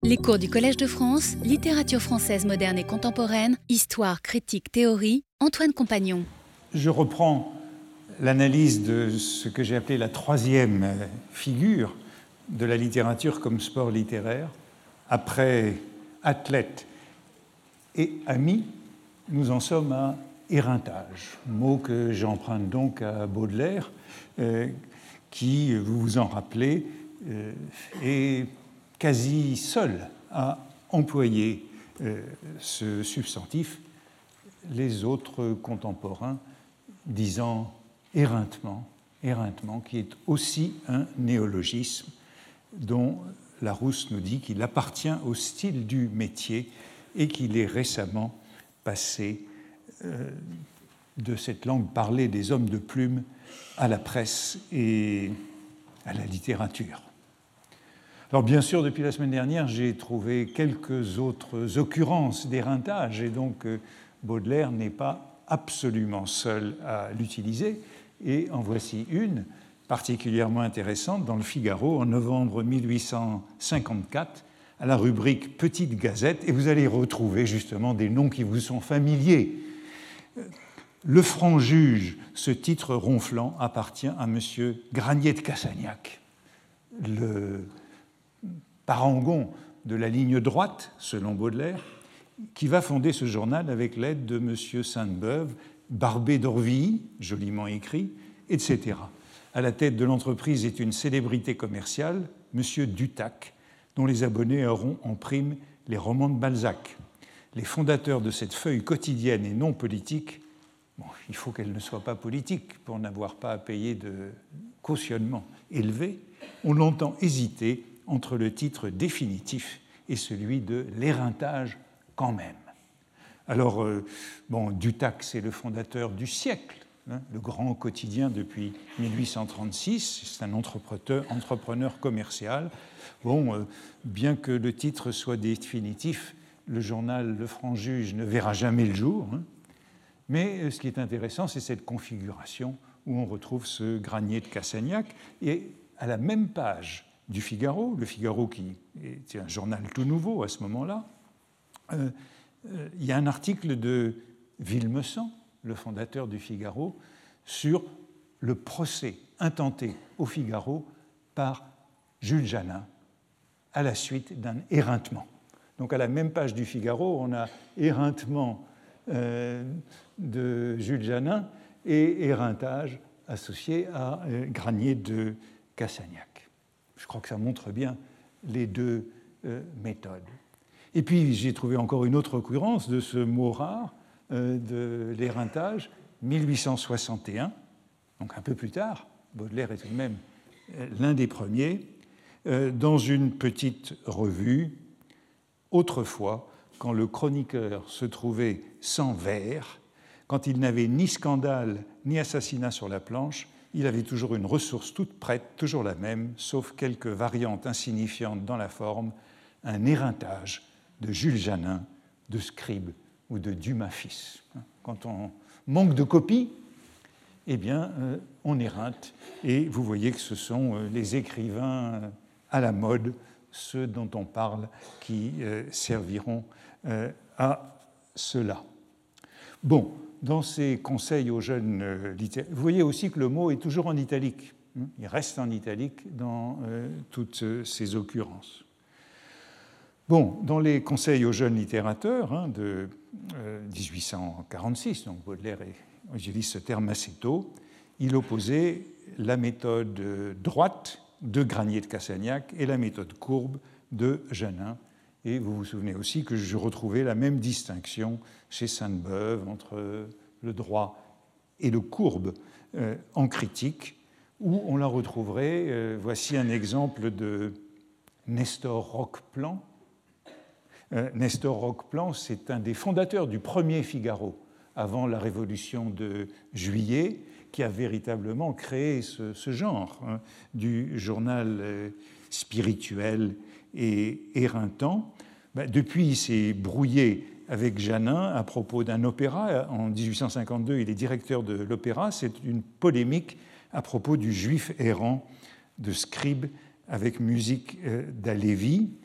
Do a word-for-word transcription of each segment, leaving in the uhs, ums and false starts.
Les cours du Collège de France, littérature française moderne et contemporaine, histoire, critique, théorie, Antoine Compagnon. Je reprends l'analyse de ce que j'ai appelé la troisième figure de la littérature comme sport littéraire. Après athlète et ami, nous en sommes à éreintage, mot que j'emprunte donc à Baudelaire, euh, qui, vous vous en rappelez, euh, est quasi seul à employer euh, ce substantif, les autres contemporains disant éreintement, éreintement, qui est aussi un néologisme dont Larousse nous dit qu'il appartient au style du métier et qu'il est récemment passé euh, de cette langue parlée des hommes de plume à la presse et à la littérature. Alors bien sûr, depuis la semaine dernière, j'ai trouvé quelques autres occurrences d'éreintage, et donc euh, Baudelaire n'est pas absolument seul à l'utiliser, et en voici une particulièrement intéressante dans le Figaro en novembre mille huit cent cinquante-quatre, à la rubrique Petite Gazette, et vous allez retrouver justement des noms qui vous sont familiers. Le Franc-Juge, ce titre ronflant, appartient à M. Granier de Cassagnac, le parangon de la ligne droite, selon Baudelaire, qui va fonder ce journal avec l'aide de M. Sainte-Beuve, Barbé d'Orvilly, joliment écrit, et cetera. À la tête de l'entreprise est une célébrité commerciale, M. Dutac, dont les abonnés auront en prime les romans de Balzac. Les fondateurs de cette feuille quotidienne et non politique, bon, il faut qu'elle ne soit pas politique pour n'avoir pas à payer de cautionnement élevé, ont longtemps hésité entre le titre définitif et celui de l'éreintage quand même. Alors, euh, bon, Dutac, c'est le fondateur du Siècle, hein, le grand quotidien depuis mille huit cent trente-six, c'est un entrepreneur, entrepreneur commercial. Bon, euh, bien que le titre soit définitif, le journal Le Franc-Juge ne verra jamais le jour, hein. Mais ce qui est intéressant, c'est cette configuration où on retrouve ce Granier de Cassagnac, et à la même page du Figaro, le Figaro qui est un journal tout nouveau à ce moment-là, euh, euh, il y a un article de Villemessant, le fondateur du Figaro, sur le procès intenté au Figaro par Jules Janin à la suite d'un éreintement. Donc à la même page du Figaro, on a éreintement euh, de Jules Janin et éreintage associé à euh, Granier de Cassagnac. Je crois que ça montre bien les deux euh, méthodes. Et puis, j'ai trouvé encore une autre occurrence de ce mot rare, euh, de l'éreintage, mille huit cent soixante et un, donc un peu plus tard, Baudelaire est tout de même euh, l'un des premiers, euh, dans une petite revue, autrefois, quand le chroniqueur se trouvait sans vers, quand il n'avait ni scandale ni assassinat sur la planche, il avait toujours une ressource toute prête, toujours la même, sauf quelques variantes insignifiantes dans la forme, un éreintage de Jules Janin, de Scribe ou de Dumas fils. Quand on manque de copies, eh bien, euh, on éreinte. Et vous voyez que ce sont euh, les écrivains euh, à la mode, ceux dont on parle, qui euh, serviront euh, à cela. Bon. Dans ces conseils aux jeunes euh, littéraires, vous voyez aussi que le mot est toujours en italique. Hein, il reste en italique dans euh, toutes euh, ces occurrences. Bon, dans les conseils aux jeunes littérateurs hein, de euh, dix-huit cent quarante-six, donc Baudelaire utilise ce terme assez tôt, il opposait la méthode droite de Granier de Cassagnac et la méthode courbe de Janin. Et vous vous souvenez aussi que je retrouvais la même distinction chez Sainte-Beuve entre le droit et le courbe euh, en critique, où on la retrouverait. Euh, voici un exemple de Nestor Roqueplan. Euh, Nestor Roqueplan, c'est un des fondateurs du premier Figaro, avant la Révolution de Juillet, qui a véritablement créé ce, ce genre hein, du journal euh, spirituel et éreintant. Ben, depuis, il s'est brouillé avec Janin à propos d'un opéra. En dix-huit cent cinquante-deux, il est directeur de l'opéra. C'est une polémique à propos du juif errant de Scribe avec musique d'Halévy.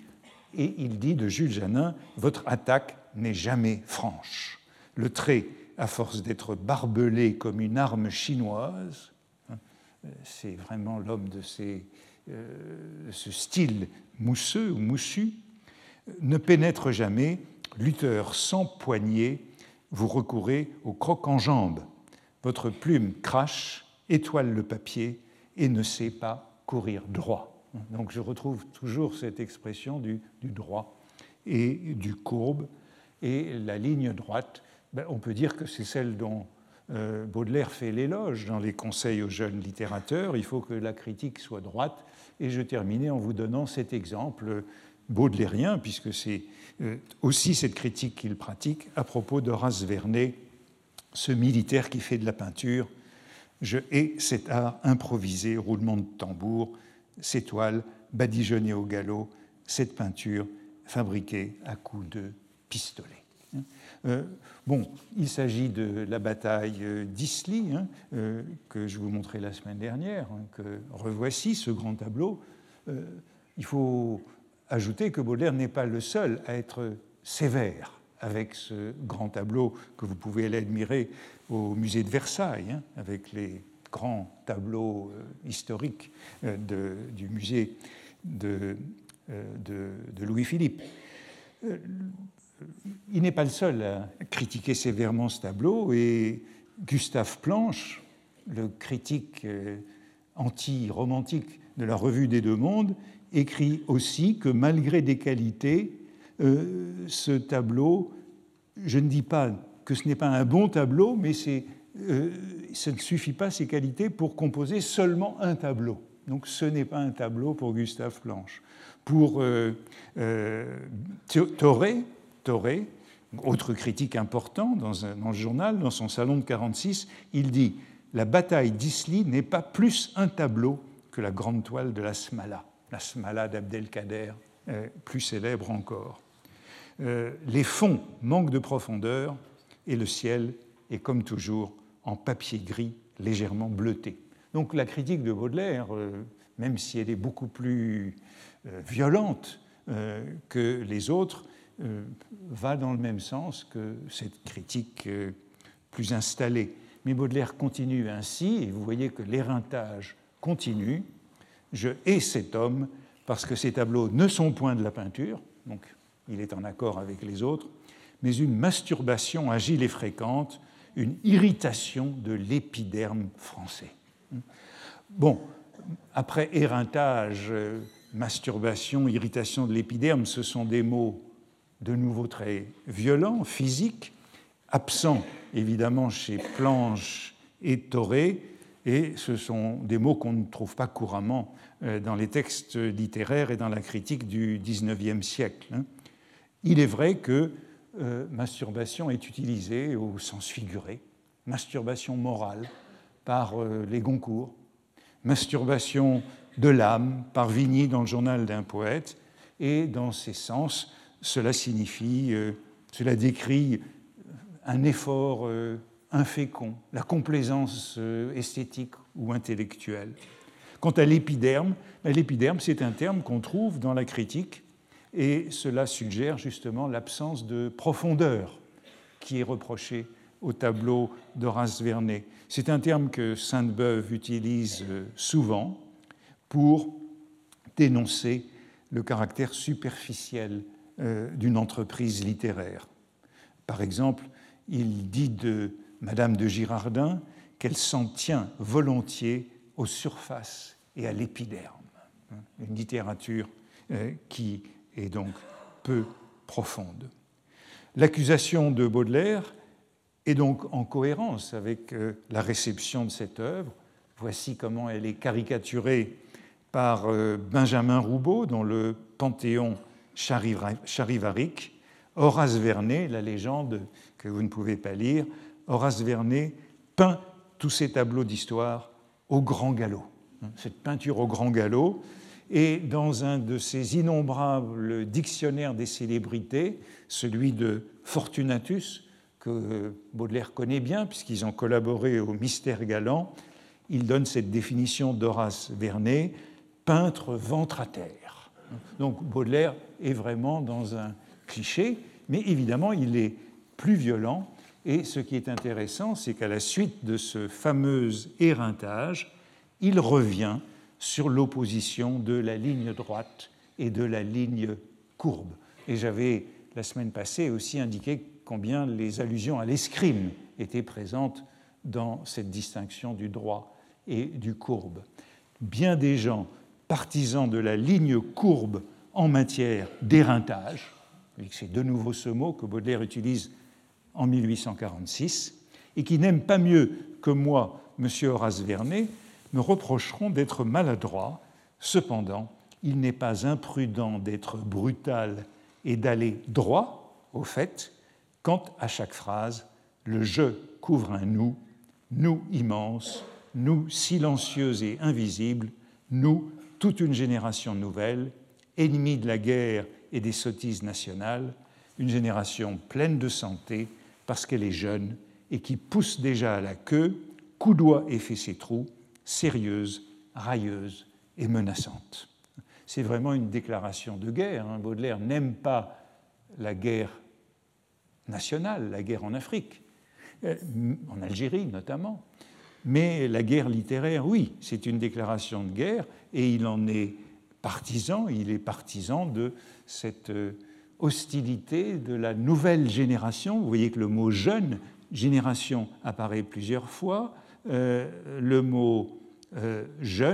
Et il dit de Jules Janin, « Votre attaque n'est jamais franche. Le trait, à force d'être barbelé comme une arme chinoise, c'est vraiment l'homme de ces, euh, ce style mousseux ou moussu, ne pénètre jamais, lutteur sans poignée, vous recourez au croc en jambe. Votre plume crache, étoile le papier et ne sait pas courir droit. » Donc je retrouve toujours cette expression du, du droit et du courbe. Et la ligne droite, ben, on peut dire que c'est celle dont euh, Baudelaire fait l'éloge dans les conseils aux jeunes littérateurs. Il faut que la critique soit droite. Et je terminais en vous donnant cet exemple baudelairien, puisque c'est euh, aussi cette critique qu'il pratique à propos d'Horace Vernet, ce militaire qui fait de la peinture. Je hais cet art improvisé, roulement de tambour, ces toiles badigeonnées au galop, cette peinture fabriquée à coups de pistolet. Euh, bon, il s'agit de la bataille d'Isly, hein, euh, que je vous montrais la semaine dernière, hein, que revoici ce grand tableau. Euh, il faut ajouter que Baudelaire n'est pas le seul à être sévère avec ce grand tableau que vous pouvez aller admirer au musée de Versailles, hein, avec les grands tableaux euh, historiques euh, de, du musée de, euh, de, de Louis-Philippe. Euh, il n'est pas le seul à critiquer sévèrement ce tableau, et Gustave Planche, le critique euh, anti-romantique de la Revue des Deux Mondes, écrit aussi que malgré des qualités, euh, ce tableau, je ne dis pas que ce n'est pas un bon tableau, mais c'est, euh, ça ne suffit pas, ces qualités, pour composer seulement un tableau. Donc ce n'est pas un tableau pour Gustave Planche. Pour euh, euh, Thoré, Thoré, autre critique important dans, un, dans le journal, dans son salon de quarante-six, il dit « La bataille d'Isly n'est pas plus un tableau que la grande toile de la Smala ». La Smala d'Abdelkader, euh, plus célèbre encore. Euh, les fonds manquent de profondeur et le ciel est, comme toujours, en papier gris légèrement bleuté. Donc la critique de Baudelaire, euh, même si elle est beaucoup plus euh, violente euh, que les autres, euh, va dans le même sens que cette critique euh, plus installée. Mais Baudelaire continue ainsi, et vous voyez que l'éreintage continue. Je hais cet homme parce que ces tableaux ne sont point de la peinture, donc il est en accord avec les autres, mais une masturbation agile et fréquente, une irritation de l'épiderme français. Bon, après éreintage, masturbation, irritation de l'épiderme, ce sont des mots de nouveau très violents, physiques, absents évidemment chez Planche et Thoré, et ce sont des mots qu'on ne trouve pas couramment dans les textes littéraires et dans la critique du dix-neuvième siècle. Il est vrai que euh, masturbation est utilisée au sens figuré, masturbation morale par euh, les Goncourt, masturbation de l'âme par Vigny dans le journal d'un poète, et dans ces sens, cela signifie, euh, cela décrit un effort euh, infécond, la complaisance euh, esthétique ou intellectuelle. Quant à l'épiderme, l'épiderme, c'est un terme qu'on trouve dans la critique, et cela suggère justement l'absence de profondeur qui est reprochée au tableau d'Horace Vernet. C'est un terme que Sainte-Beuve utilise souvent pour dénoncer le caractère superficiel euh, d'une entreprise littéraire. Par exemple, il dit de Madame de Girardin qu'elle s'en tient volontiers aux surfaces et à l'épiderme. Une littérature euh, qui est donc peu profonde. L'accusation de Baudelaire est donc en cohérence avec euh, la réception de cette œuvre. Voici comment elle est caricaturée par euh, Benjamin Roubaud dans le Panthéon charivarique. Horace Vernet, la légende que vous ne pouvez pas lire, Horace Vernet peint tous ces tableaux d'histoire au grand galop. Cette peinture au grand galop, et dans un de ces innombrables dictionnaires des célébrités, celui de Fortunatus, que Baudelaire connaît bien, puisqu'ils ont collaboré au Mystère galant, il donne cette définition d'Horace Vernet, peintre ventre à terre. Donc Baudelaire est vraiment dans un cliché, mais évidemment il est plus violent, et ce qui est intéressant, c'est qu'à la suite de ce fameux éreintage, il revient sur l'opposition de la ligne droite et de la ligne courbe. Et j'avais la semaine passée aussi indiqué combien les allusions à l'escrime étaient présentes dans cette distinction du droit et du courbe. Bien des gens partisans de la ligne courbe en matière d'éreintage, c'est de nouveau ce mot que Baudelaire utilise en mille huit cent quarante-six, et qui n'aiment pas mieux que moi M. Horace Vernet, me reprocheront d'être maladroit. Cependant, il n'est pas imprudent d'être brutal et d'aller droit au fait, quand à chaque phrase, le « je » couvre un « nous », nous immenses, nous silencieux et invisibles, nous, toute une génération nouvelle, ennemis de la guerre et des sottises nationales, une génération pleine de santé parce qu'elle est jeune et qui pousse déjà à la queue, coudoie et fait ses trous, sérieuse, railleuse et menaçante. C'est vraiment une déclaration de guerre. Hein. Baudelaire n'aime pas la guerre nationale, la guerre en Afrique, en Algérie notamment, mais la guerre littéraire, oui, c'est une déclaration de guerre, et il en est partisan, il est partisan de cette hostilité de la nouvelle génération. Vous voyez que le mot « jeune », génération, apparaît plusieurs fois, euh, le mot euh, « jeune »,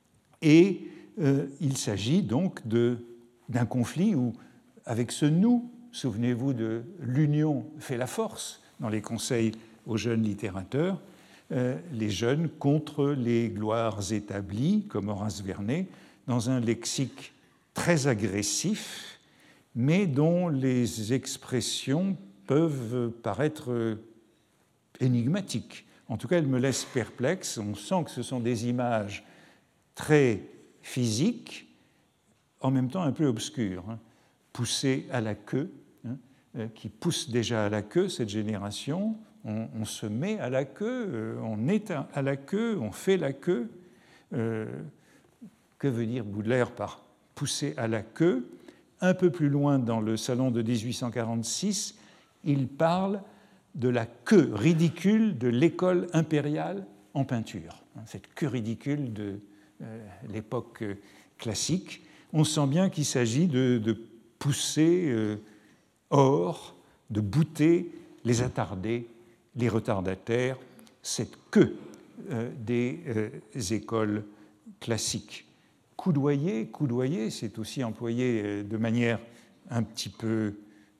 et euh, il s'agit donc de, d'un conflit où, avec ce « nous », souvenez-vous de « l'union fait la force » dans les conseils aux jeunes littérateurs, euh, les jeunes contre les gloires établies, comme Horace Vernet, dans un lexique très agressif, mais dont les expressions peuvent paraître énigmatiques. En tout cas, elles me laissent perplexe. On sent que ce sont des images très physiques, en même temps un peu obscures, hein, poussées à la queue, hein, qui poussent déjà à la queue cette génération. On, on se met à la queue, on est à la queue, on fait la queue. Euh, que veut dire Baudelaire par pousser à la queue? Un peu plus loin, dans le salon de dix-huit cent quarante-six, il parle de la queue ridicule de l'école impériale en peinture. Cette queue ridicule de euh, l'époque classique. On sent bien qu'il s'agit de, de pousser euh, hors, de bouter les attardés, les retardataires, cette queue euh, des euh, écoles classiques. Coudoyer, coudoyer, c'est aussi employé de manière un petit peu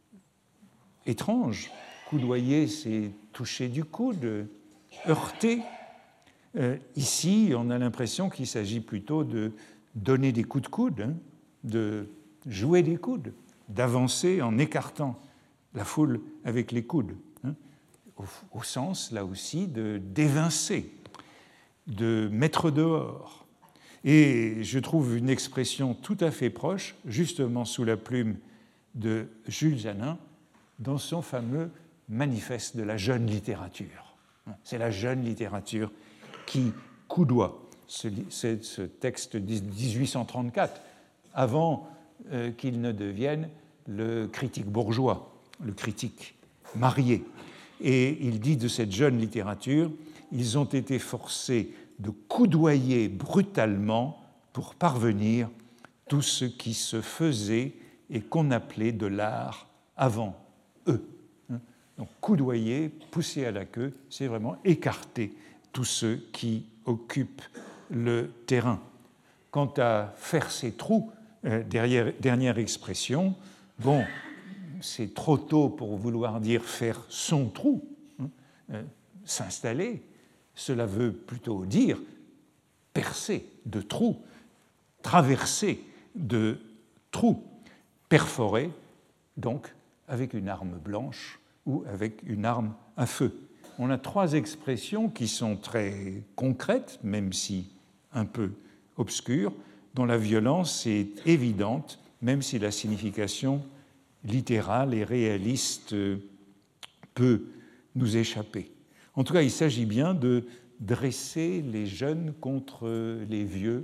étrange. Coudoyer, c'est toucher du coude, heurter. Euh, ici, on a l'impression qu'il s'agit plutôt de donner des coups de coude, hein, de jouer des coudes, d'avancer en écartant la foule avec les coudes, hein, au, au sens, là aussi, de d'évincer, de mettre dehors. Et je trouve une expression tout à fait proche, justement sous la plume de Jules Janin, dans son fameux manifeste de la jeune littérature. C'est la jeune littérature qui coudoie. C'est ce texte de dix-huit cent trente-quatre, avant euh, qu'il ne devienne le critique bourgeois, le critique marié. Et il dit de cette jeune littérature, ils ont été forcés de coudoyer brutalement pour parvenir tout ce qui se faisait et qu'on appelait de l'art avant eux. Donc coudoyer, pousser à la queue, c'est vraiment écarter tous ceux qui occupent le terrain. Quant à faire ses trous, euh, derrière, dernière expression, bon, c'est trop tôt pour vouloir dire faire son trou, hein, euh, s'installer. Cela veut plutôt dire percer de trous, traverser de trous, perforer, donc avec une arme blanche ou avec une arme à feu. On a trois expressions qui sont très concrètes, même si un peu obscures, dont la violence est évidente, même si la signification littérale et réaliste peut nous échapper. En tout cas, il s'agit bien de dresser les jeunes contre les vieux,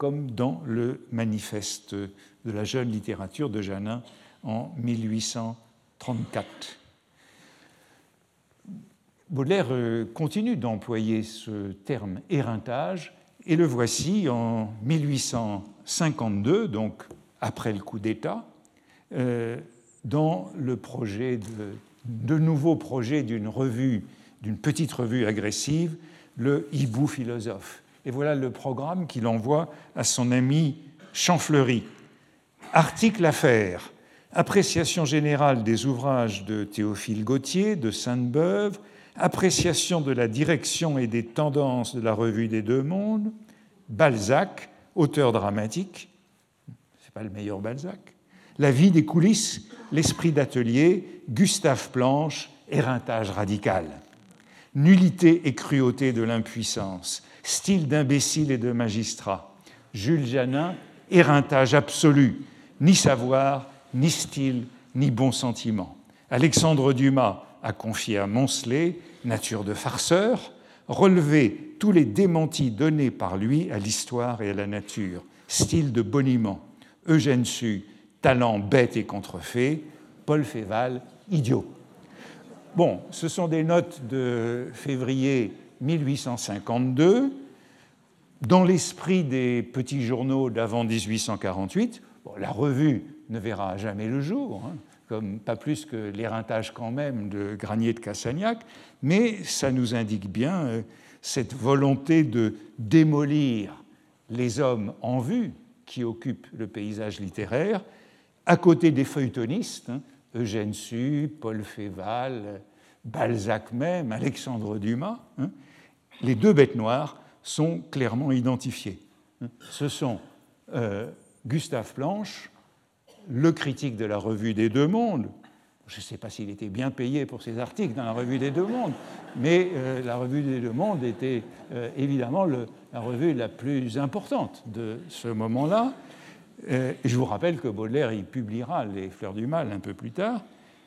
comme dans le manifeste de la jeune littérature de Janin en mille huit cent trente-quatre. Baudelaire continue d'employer ce terme éreintage, et le voici en mille huit cent cinquante-deux, donc après le coup d'État, euh, dans le projet de, de nouveau projet d'une revue, d'une petite revue agressive, le Hibou philosophe. Et voilà le programme qu'il envoie à son ami Champfleury. Article à faire. Appréciation générale des ouvrages de Théophile Gautier, de Sainte-Beuve, appréciation de la direction et des tendances de la Revue des Deux Mondes, Balzac, auteur dramatique, c'est pas le meilleur Balzac, la vie des coulisses, l'esprit d'atelier, Gustave Planche, éreintage radical, nullité et cruauté de l'impuissance, style d'imbécile et de magistrat, Jules Janin, éreintage absolu, ni savoir, ni style, ni bon sentiment. Alexandre Dumas a confié à Moncelet, nature de farceur, relever tous les démentis donnés par lui à l'histoire et à la nature, style de boniment. Eugène Sue, talent bête et contrefait, Paul Féval, idiot. Bon, ce sont des notes de février mille huit cent cinquante-deux, dans l'esprit des petits journaux d'avant dix-huit cent quarante-huit. Bon, la revue ne verra jamais le jour, hein, comme pas plus que l'éreintage quand même de Granier de Cassagnac, mais ça nous indique bien euh, cette volonté de démolir les hommes en vue qui occupent le paysage littéraire, à côté des feuilletonistes, hein, Eugène Sue, Paul Féval, Balzac même, Alexandre Dumas. Hein, les deux bêtes noires sont clairement identifiées. Ce sont euh, Gustave Planche, le critique de la Revue des Deux Mondes. Je ne sais pas s'il était bien payé pour ses articles dans la Revue des Deux Mondes, mais euh, la Revue des Deux Mondes était euh, évidemment le, la revue la plus importante de ce moment-là. Euh, je vous rappelle que Baudelaire y publiera Les Fleurs du Mal un peu plus tard,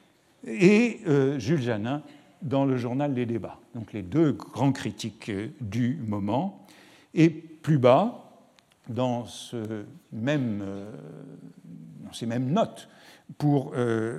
et euh, Jules Janin dans le journal des débats. Donc les deux grands critiques euh, du moment. Et plus bas, dans, ce même, euh, dans ces mêmes notes pour, euh,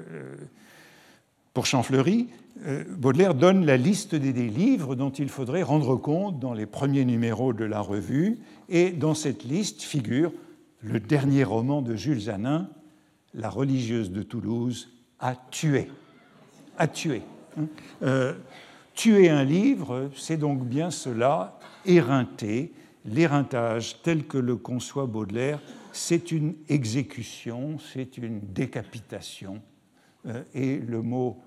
pour Champfleury, euh, Baudelaire donne la liste des, des livres dont il faudrait rendre compte dans les premiers numéros de la revue, et dans cette liste figure le dernier roman de Jules Janin, La religieuse de Toulouse a tué. A tué. Euh, tuer un livre, c'est donc bien cela, éreinter. L'éreintage tel que le conçoit Baudelaire, c'est une exécution, c'est une décapitation. Euh, et le mot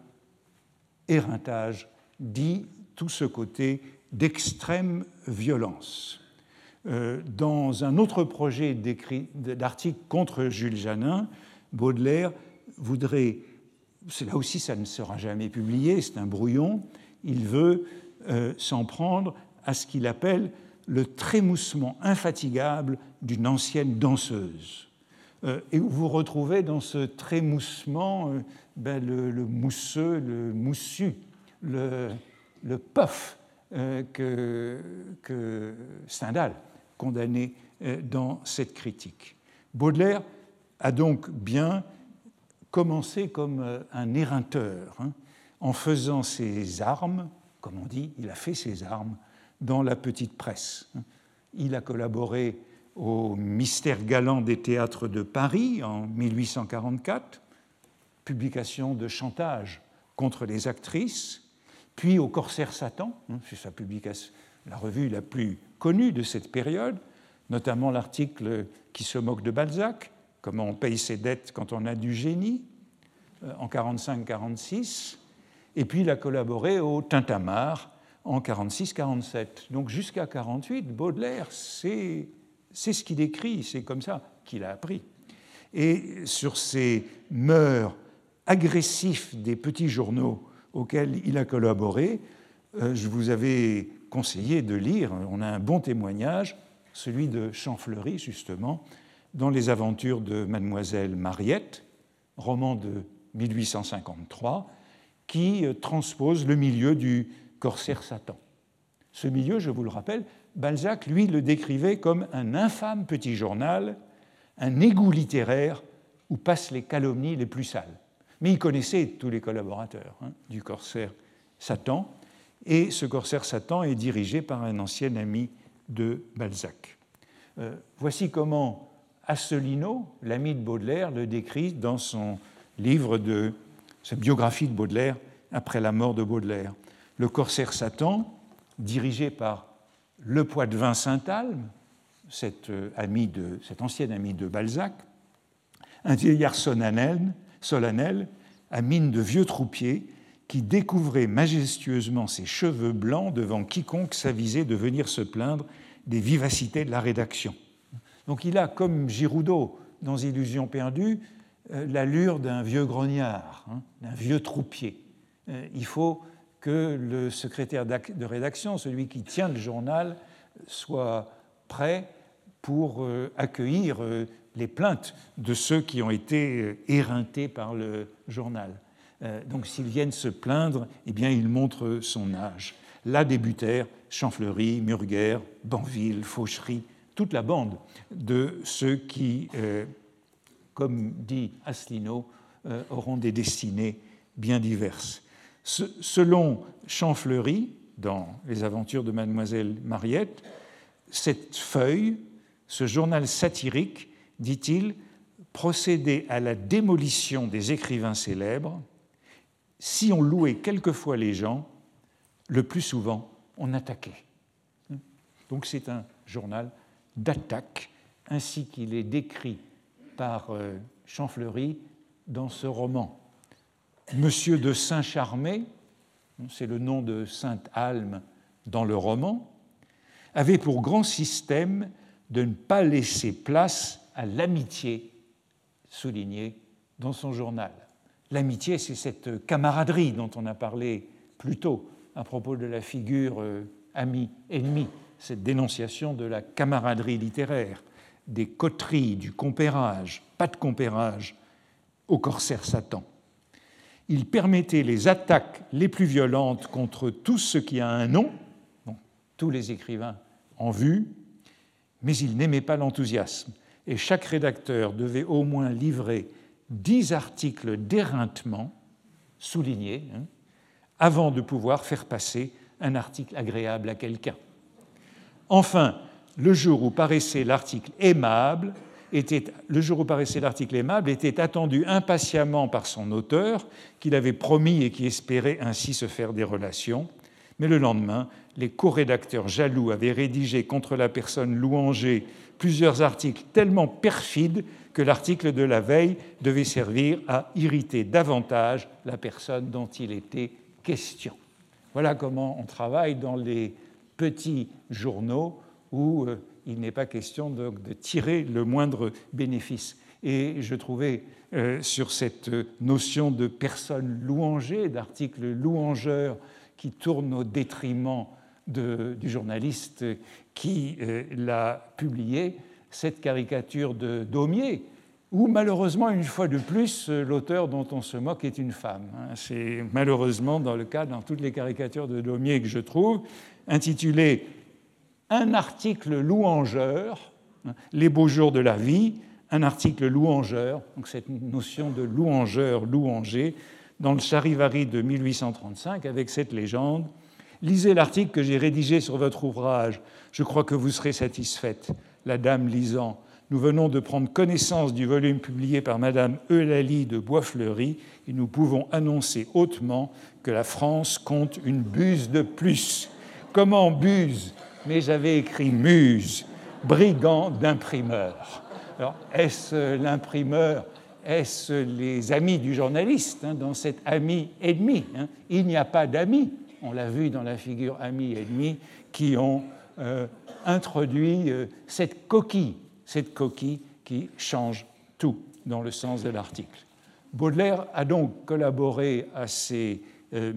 éreintage dit tout ce côté d'extrême violence. Euh, dans un autre projet d'article contre Jules Janin, Baudelaire voudrait, là aussi ça ne sera jamais publié, c'est un brouillon, il veut euh, s'en prendre à ce qu'il appelle le trémoussement infatigable d'une ancienne danseuse. Euh, et vous retrouvez dans ce trémoussement euh, ben, le, le mousseux, le moussu, le, le puff euh, que, que Stendhal condamnait euh, dans cette critique. Baudelaire a donc bien commencé comme euh, un éreinteur, hein, en faisant ses armes, comme on dit, il a fait ses armes dans la petite presse. Il a collaboré au Mystère galant des théâtres de Paris en mille huit cent quarante-quatre, publication de chantage contre les actrices, puis au Corsaire Satan, c'est sa publication, la revue la plus connue de cette période, notamment l'article qui se moque de Balzac, Comment on paye ses dettes quand on a du génie, en quarante-cinq quarante-six, et puis il a collaboré au Tintamarre en quarante-six quarante-sept. Donc jusqu'à quarante-huit, Baudelaire, c'est, c'est ce qu'il écrit, c'est comme ça qu'il a appris. Et sur ces mœurs agressifs des petits journaux auxquels il a collaboré, euh, je vous avais conseillé de lire, on a un bon témoignage, celui de Champfleury, justement, dans Les aventures de Mademoiselle Mariette, roman de mille huit cent cinquante-trois, qui transpose le milieu du Corsaire Satan. Ce milieu, je vous le rappelle, Balzac, lui, le décrivait comme un infâme petit journal, un égout littéraire où passent les calomnies les plus sales. Mais il connaissait tous les collaborateurs hein, du corsaire Satan, et ce corsaire Satan est dirigé par un ancien ami de Balzac. Euh, voici comment Asselineau, l'ami de Baudelaire, le décrit dans son livre de sa biographie de Baudelaire après la mort de Baudelaire. Le corsaire Satan, dirigé par Le Poitevin Saint-Alme, cet, euh, ami de, cet ancien ami de Balzac, un vieillard solennel, solennel, à mine de vieux troupier, qui découvrait majestueusement ses cheveux blancs devant quiconque s'avisait de venir se plaindre des vivacités de la rédaction. Donc il a, comme Giroudot dans Illusions perdues, euh, l'allure d'un vieux grognard, hein, d'un vieux troupier. Euh, il faut que le secrétaire de rédaction, celui qui tient le journal, soit prêt pour euh, accueillir euh, les plaintes de ceux qui ont été euh, éreintés par le journal. Euh, donc s'ils viennent se plaindre, eh bien, il montre son âge. Là débutèrent Champfleury, Murger, Banville, Fauchery, toute la bande de ceux qui, euh, comme dit Asselineau, euh, auront des destinées bien diverses. Ce, selon Champfleury, dans Les aventures de Mademoiselle Mariette, cette feuille, ce journal satirique, dit-il, procédait à la démolition des écrivains célèbres. Si on louait quelquefois les gens, le plus souvent, on attaquait. Donc c'est un journal d'attaque, ainsi qu'il est décrit par euh, Champfleury dans ce roman. Monsieur de Saint-Charmé, c'est le nom de Sainte-Alme dans le roman, avait pour grand système de ne pas laisser place à l'amitié soulignée dans son journal. L'amitié, c'est cette camaraderie dont on a parlé plus tôt à propos de la figure euh, ami-ennemi, cette dénonciation de la camaraderie littéraire, des coteries, du compérage, pas de compérage, au corsaire Satan. Il permettait les attaques les plus violentes contre tout ce qui a un nom, donc tous les écrivains en vue, mais il n'aimait pas l'enthousiasme, et chaque rédacteur devait au moins livrer dix articles d'éreintement soulignés hein, avant de pouvoir faire passer un article agréable à quelqu'un. Enfin, le jour où paraissait l'article aimable était, le jour où paraissait l'article aimable était attendu impatiemment par son auteur, qu'il avait promis et qui espérait ainsi se faire des relations. Mais le lendemain, les co-rédacteurs jaloux avaient rédigé contre la personne louangée plusieurs articles tellement perfides que l'article de la veille devait servir à irriter davantage la personne dont il était question. Voilà comment on travaille dans les petits journaux où euh, il n'est pas question de, de tirer le moindre bénéfice. Et je trouvais euh, sur cette notion de personne louangée, d'article louangeur qui tourne au détriment de, du journaliste qui euh, l'a publié, cette caricature de Daumier, où malheureusement, une fois de plus, l'auteur dont on se moque est une femme. C'est malheureusement dans le cas, dans toutes les caricatures de Daumier que je trouve, intitulé « Un article louangeur, les beaux jours de la vie », un article louangeur, donc cette notion de louangeur, louanger, dans le Charivari de mille huit cent trente-cinq, avec cette légende. « Lisez l'article que j'ai rédigé sur votre ouvrage, je crois que vous serez satisfaite. » La dame lisant. Nous venons de prendre connaissance du volume publié par Madame Eulalie de Boisfleury et nous pouvons annoncer hautement que la France compte une buse de plus. Comment buse? Mais j'avais écrit muse, brigand d'imprimeur. Alors, est-ce l'imprimeur? Est-ce les amis du journaliste hein, dans cet ami-ennemi hein? Il n'y a pas d'amis, on l'a vu dans la figure ami-ennemi, qui ont euh, introduit euh, cette coquille, cette coquille qui change tout dans le sens de l'article. Baudelaire a donc collaboré à ces, euh,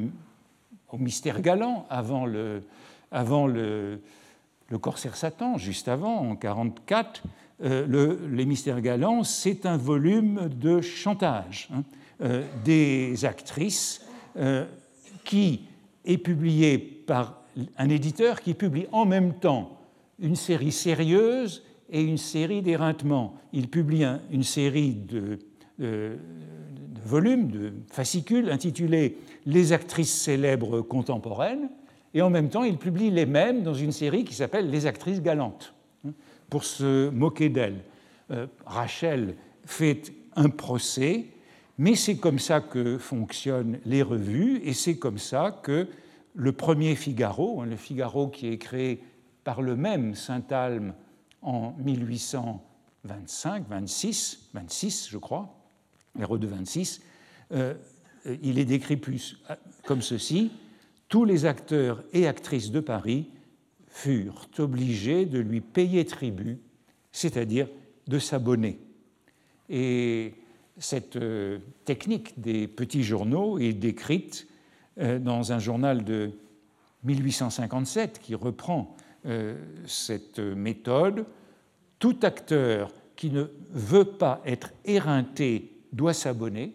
au Mystère galant avant le, avant le, le Corsaire Satan, juste avant, en mille neuf cent quarante-quatre. Euh, le, les Mystères galants, c'est un volume de chantage hein, euh, des actrices euh, qui est publié par un éditeur qui publie en même temps une série sérieuse et une série d'éreintements. Il publie un, une série de, de, de volumes, de fascicules intitulés « Les actrices célèbres contemporaines », et en même temps, il publie les mêmes dans une série qui s'appelle « Les actrices galantes », pour se moquer d'elles. Euh, Rachel fait un procès, mais c'est comme ça que fonctionnent les revues, et c'est comme ça que le premier Figaro, le Figaro qui est créé par le même Saint-Alme en mille huit cent vingt-cinq, vingt-six, vingt-six, je crois, l'héros de vingt-six, euh, il est décrit plus comme ceci: tous les acteurs et actrices de Paris furent obligés de lui payer tribut, c'est-à-dire de s'abonner. Et cette euh, technique des petits journaux est décrite euh, dans un journal de mille huit cent cinquante-sept qui reprend euh, cette méthode. Tout acteur qui ne veut pas être éreinté doit s'abonner.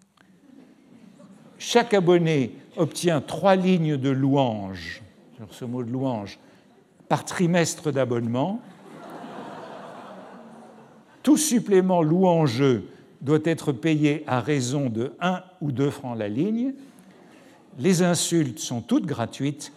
Chaque abonné obtient trois lignes de louange, sur ce mot de louange, par trimestre d'abonnement. Tout supplément louangeux doit être payé à raison de un ou deux francs la ligne. Les insultes sont toutes gratuites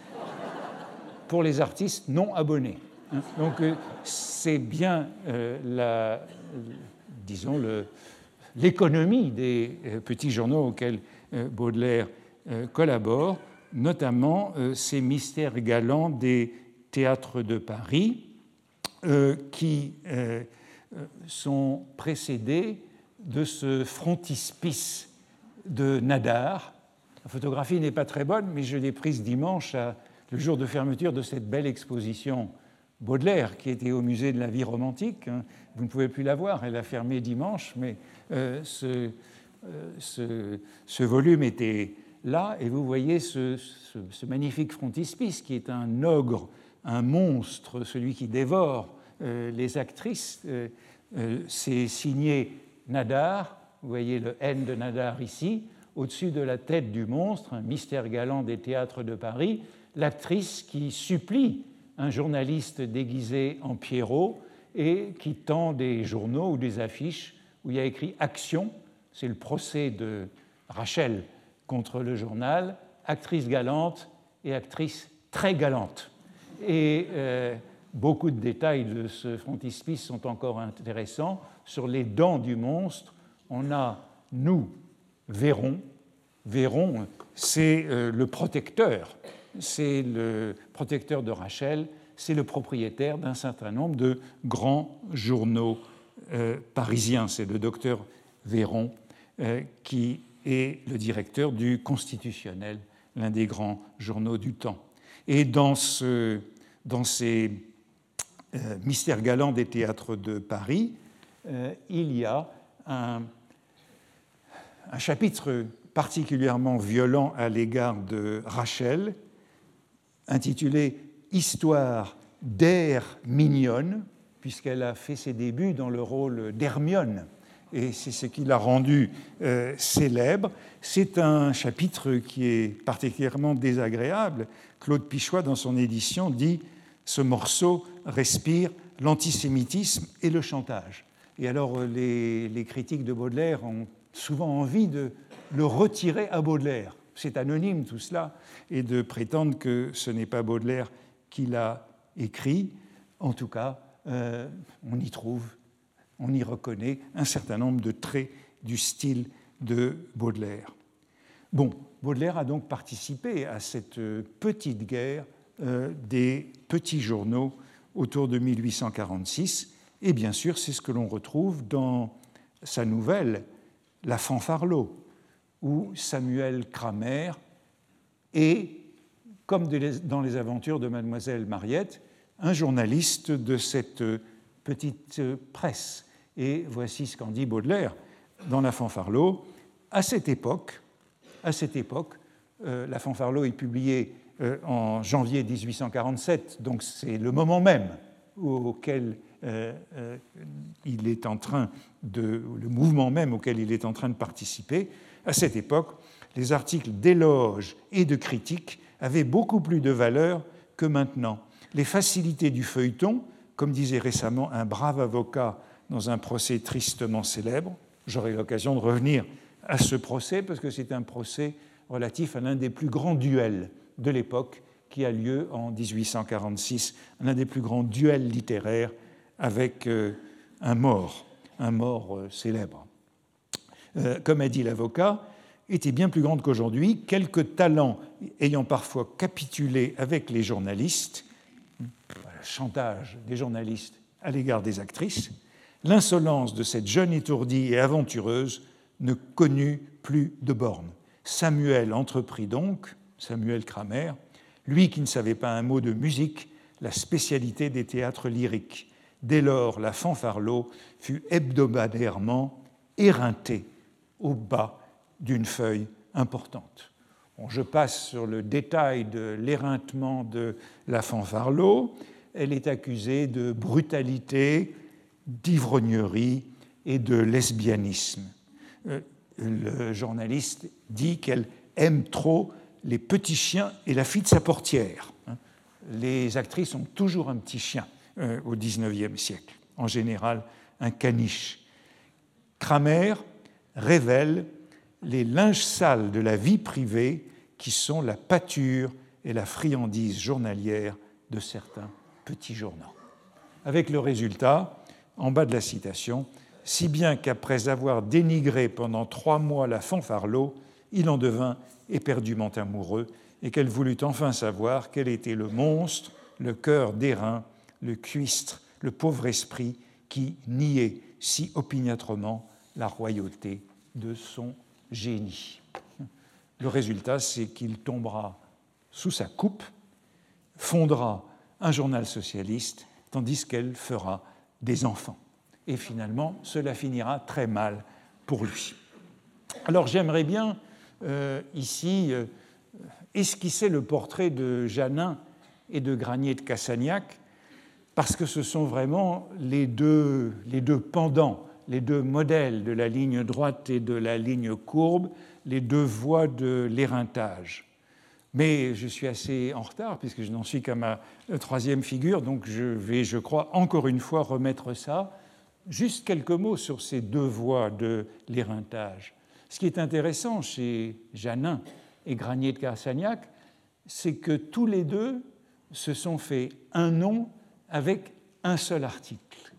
pour les artistes non abonnés. Donc c'est bien euh, la, disons le, l'économie des euh, petits journaux auxquels euh, Baudelaire euh, collabore, notamment euh, ces mystères galants des théâtres de Paris euh, qui euh, sont précédés de ce frontispice de Nadar. La photographie n'est pas très bonne, mais je l'ai prise dimanche, à, le jour de fermeture de cette belle exposition Baudelaire, qui était au musée de la vie romantique. Vous ne pouvez plus la voir, elle a fermé dimanche, mais euh, ce, euh, ce, ce volume était là, et vous voyez ce, ce, ce magnifique frontispice qui est un ogre, un monstre, celui qui dévore euh, les actrices. Euh, euh, c'est signé Nadar, vous voyez le N de Nadar ici, au-dessus de la tête du monstre, un mystère galant des théâtres de Paris, l'actrice qui supplie un journaliste déguisé en Pierrot et qui tend des journaux ou des affiches où il y a écrit « Action », c'est le procès de Rachel contre le journal, actrice galante et actrice très galante. Et euh, beaucoup de détails de ce frontispice sont encore intéressants. Sur les dents du monstre, on a « nous verrons ». Véron, c'est euh, le protecteur, c'est le protecteur de Rachel, c'est le propriétaire d'un certain nombre de grands journaux euh, parisiens. C'est le docteur Véron euh, qui est le directeur du Constitutionnel, l'un des grands journaux du temps. Et dans, ce, dans ces euh, mystères galants des théâtres de Paris, euh, il y a un, un chapitre particulièrement violent à l'égard de Rachel, intitulé « Histoire d'Her mignonne », puisqu'elle a fait ses débuts dans le rôle d'Hermione, et c'est ce qui l'a rendue euh, célèbre. C'est un chapitre qui est particulièrement désagréable. Claude Pichois, dans son édition, dit « Ce morceau respire l'antisémitisme et le chantage ». Et alors, les, les critiques de Baudelaire ont souvent envie de le retirer à Baudelaire. C'est anonyme tout cela, et de prétendre que ce n'est pas Baudelaire qui l'a écrit. En tout cas, euh, on y trouve, on y reconnaît un certain nombre de traits du style de Baudelaire. Bon, Baudelaire a donc participé à cette petite guerre euh, des petits journaux autour de mille huit cent quarante-six, et bien sûr, c'est ce que l'on retrouve dans sa nouvelle « La Fanfarlot », où Samuel Kramer est, comme dans les aventures de Mademoiselle Mariette, un journaliste de cette petite presse. Et voici ce qu'en dit Baudelaire dans La Fanfarlot. À cette époque, à cette époque euh, La Fanfarlot est publiée euh, en janvier dix-huit cent quarante-sept, donc c'est le moment même auquel euh, euh, il est en train de, le mouvement même auquel il est en train de participer. À cette époque, les articles d'éloge et de critique avaient beaucoup plus de valeur que maintenant. Les facilités du feuilleton, comme disait récemment un brave avocat dans un procès tristement célèbre. J'aurai l'occasion de revenir à ce procès parce que c'est un procès relatif à l'un des plus grands duels de l'époque qui a lieu en dix-huit cent quarante-six, l'un des plus grands duels littéraires avec euh, un mort, un mort euh, célèbre. Euh, comme a dit l'avocat, était bien plus grande qu'aujourd'hui, quelques talents ayant parfois capitulé avec les journalistes, le chantage des journalistes à l'égard des actrices, l'insolence de cette jeune étourdie et aventureuse ne connut plus de bornes. Samuel entreprit donc, Samuel Kramer, lui qui ne savait pas un mot de musique, la spécialité des théâtres lyriques. Dès lors, la fanfarlot fut hebdomadairement éreintée au bas d'une feuille importante. Bon, je passe sur le détail de l'éreintement de la fanfarlot. Elle est accusée de brutalité, d'ivrognerie et de lesbianisme. Le journaliste dit qu'elle aime trop les petits chiens et la fille de sa portière. Les actrices ont toujours un petit chien au dix-neuvième siècle, en général un caniche. Kramer révèle les linges sales de la vie privée qui sont la pâture et la friandise journalière de certains petits journaux. Avec le résultat, en bas de la citation, si bien qu'après avoir dénigré pendant trois mois la fanfarlot, il en devint éperdument amoureux et qu'elle voulut enfin savoir quel était le monstre, le cœur d'airain, le cuistre, le pauvre esprit qui niait si opiniâtrement la royauté de son génie. Le résultat, c'est qu'il tombera sous sa coupe, fondera un journal socialiste, tandis qu'elle fera des enfants. Et finalement, cela finira très mal pour lui. Alors j'aimerais bien euh, ici euh, esquisser le portrait de Janin et de Granier de Cassagnac, parce que ce sont vraiment les deux, les deux pendants, les deux modèles de la ligne droite et de la ligne courbe, les deux voies de l'éreintage. Mais je suis assez en retard, puisque je n'en suis qu'à ma troisième figure, donc je vais, je crois, encore une fois remettre ça. Juste quelques mots sur ces deux voies de l'éreintage. Ce qui est intéressant chez Janin et Granier de Cassagnac, c'est que tous les deux se sont fait un nom avec un seul article.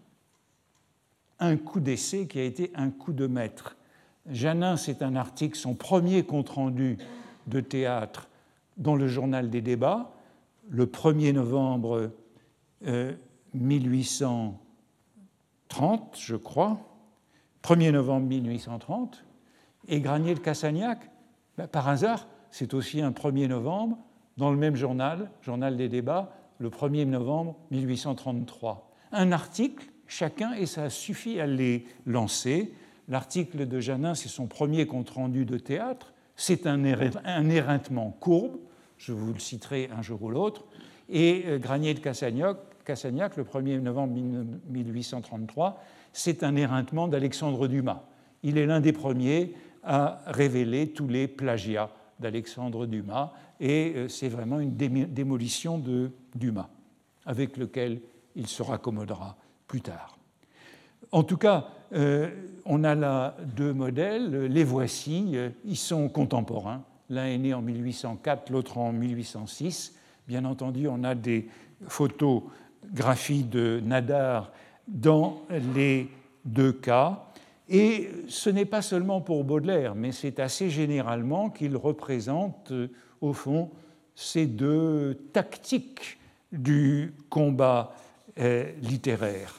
Un coup d'essai qui a été un coup de maître. Janin, c'est un article, son premier compte-rendu de théâtre dans le Journal des débats, le premier novembre euh, mille huit cent trente, je crois, premier novembre mille huit cent trente, et Granier de Cassagnac, ben, par hasard, c'est aussi un premier novembre, dans le même journal, Journal des débats, le premier novembre mille huit cent trente-trois. Un article, chacun, et ça suffit à les lancer. L'article de Janin, c'est son premier compte-rendu de théâtre, c'est un éreintement courbe, je vous le citerai un jour ou l'autre, et Granier de Cassagnac, Cassagnac, le premier novembre mille huit cent trente-trois, c'est un éreintement d'Alexandre Dumas. Il est l'un des premiers à révéler tous les plagiats d'Alexandre Dumas, et c'est vraiment une démolition de Dumas, avec lequel il se raccommodera plus tard. En tout cas, euh, on a là deux modèles, les voici, ils sont contemporains. L'un est né en mille huit cent quatre, l'autre en mille huit cent six. Bien entendu, on a des photographies de Nadar dans les deux cas. Et ce n'est pas seulement pour Baudelaire, mais c'est assez généralement qu'il représente, au fond, ces deux tactiques du combat euh, littéraire.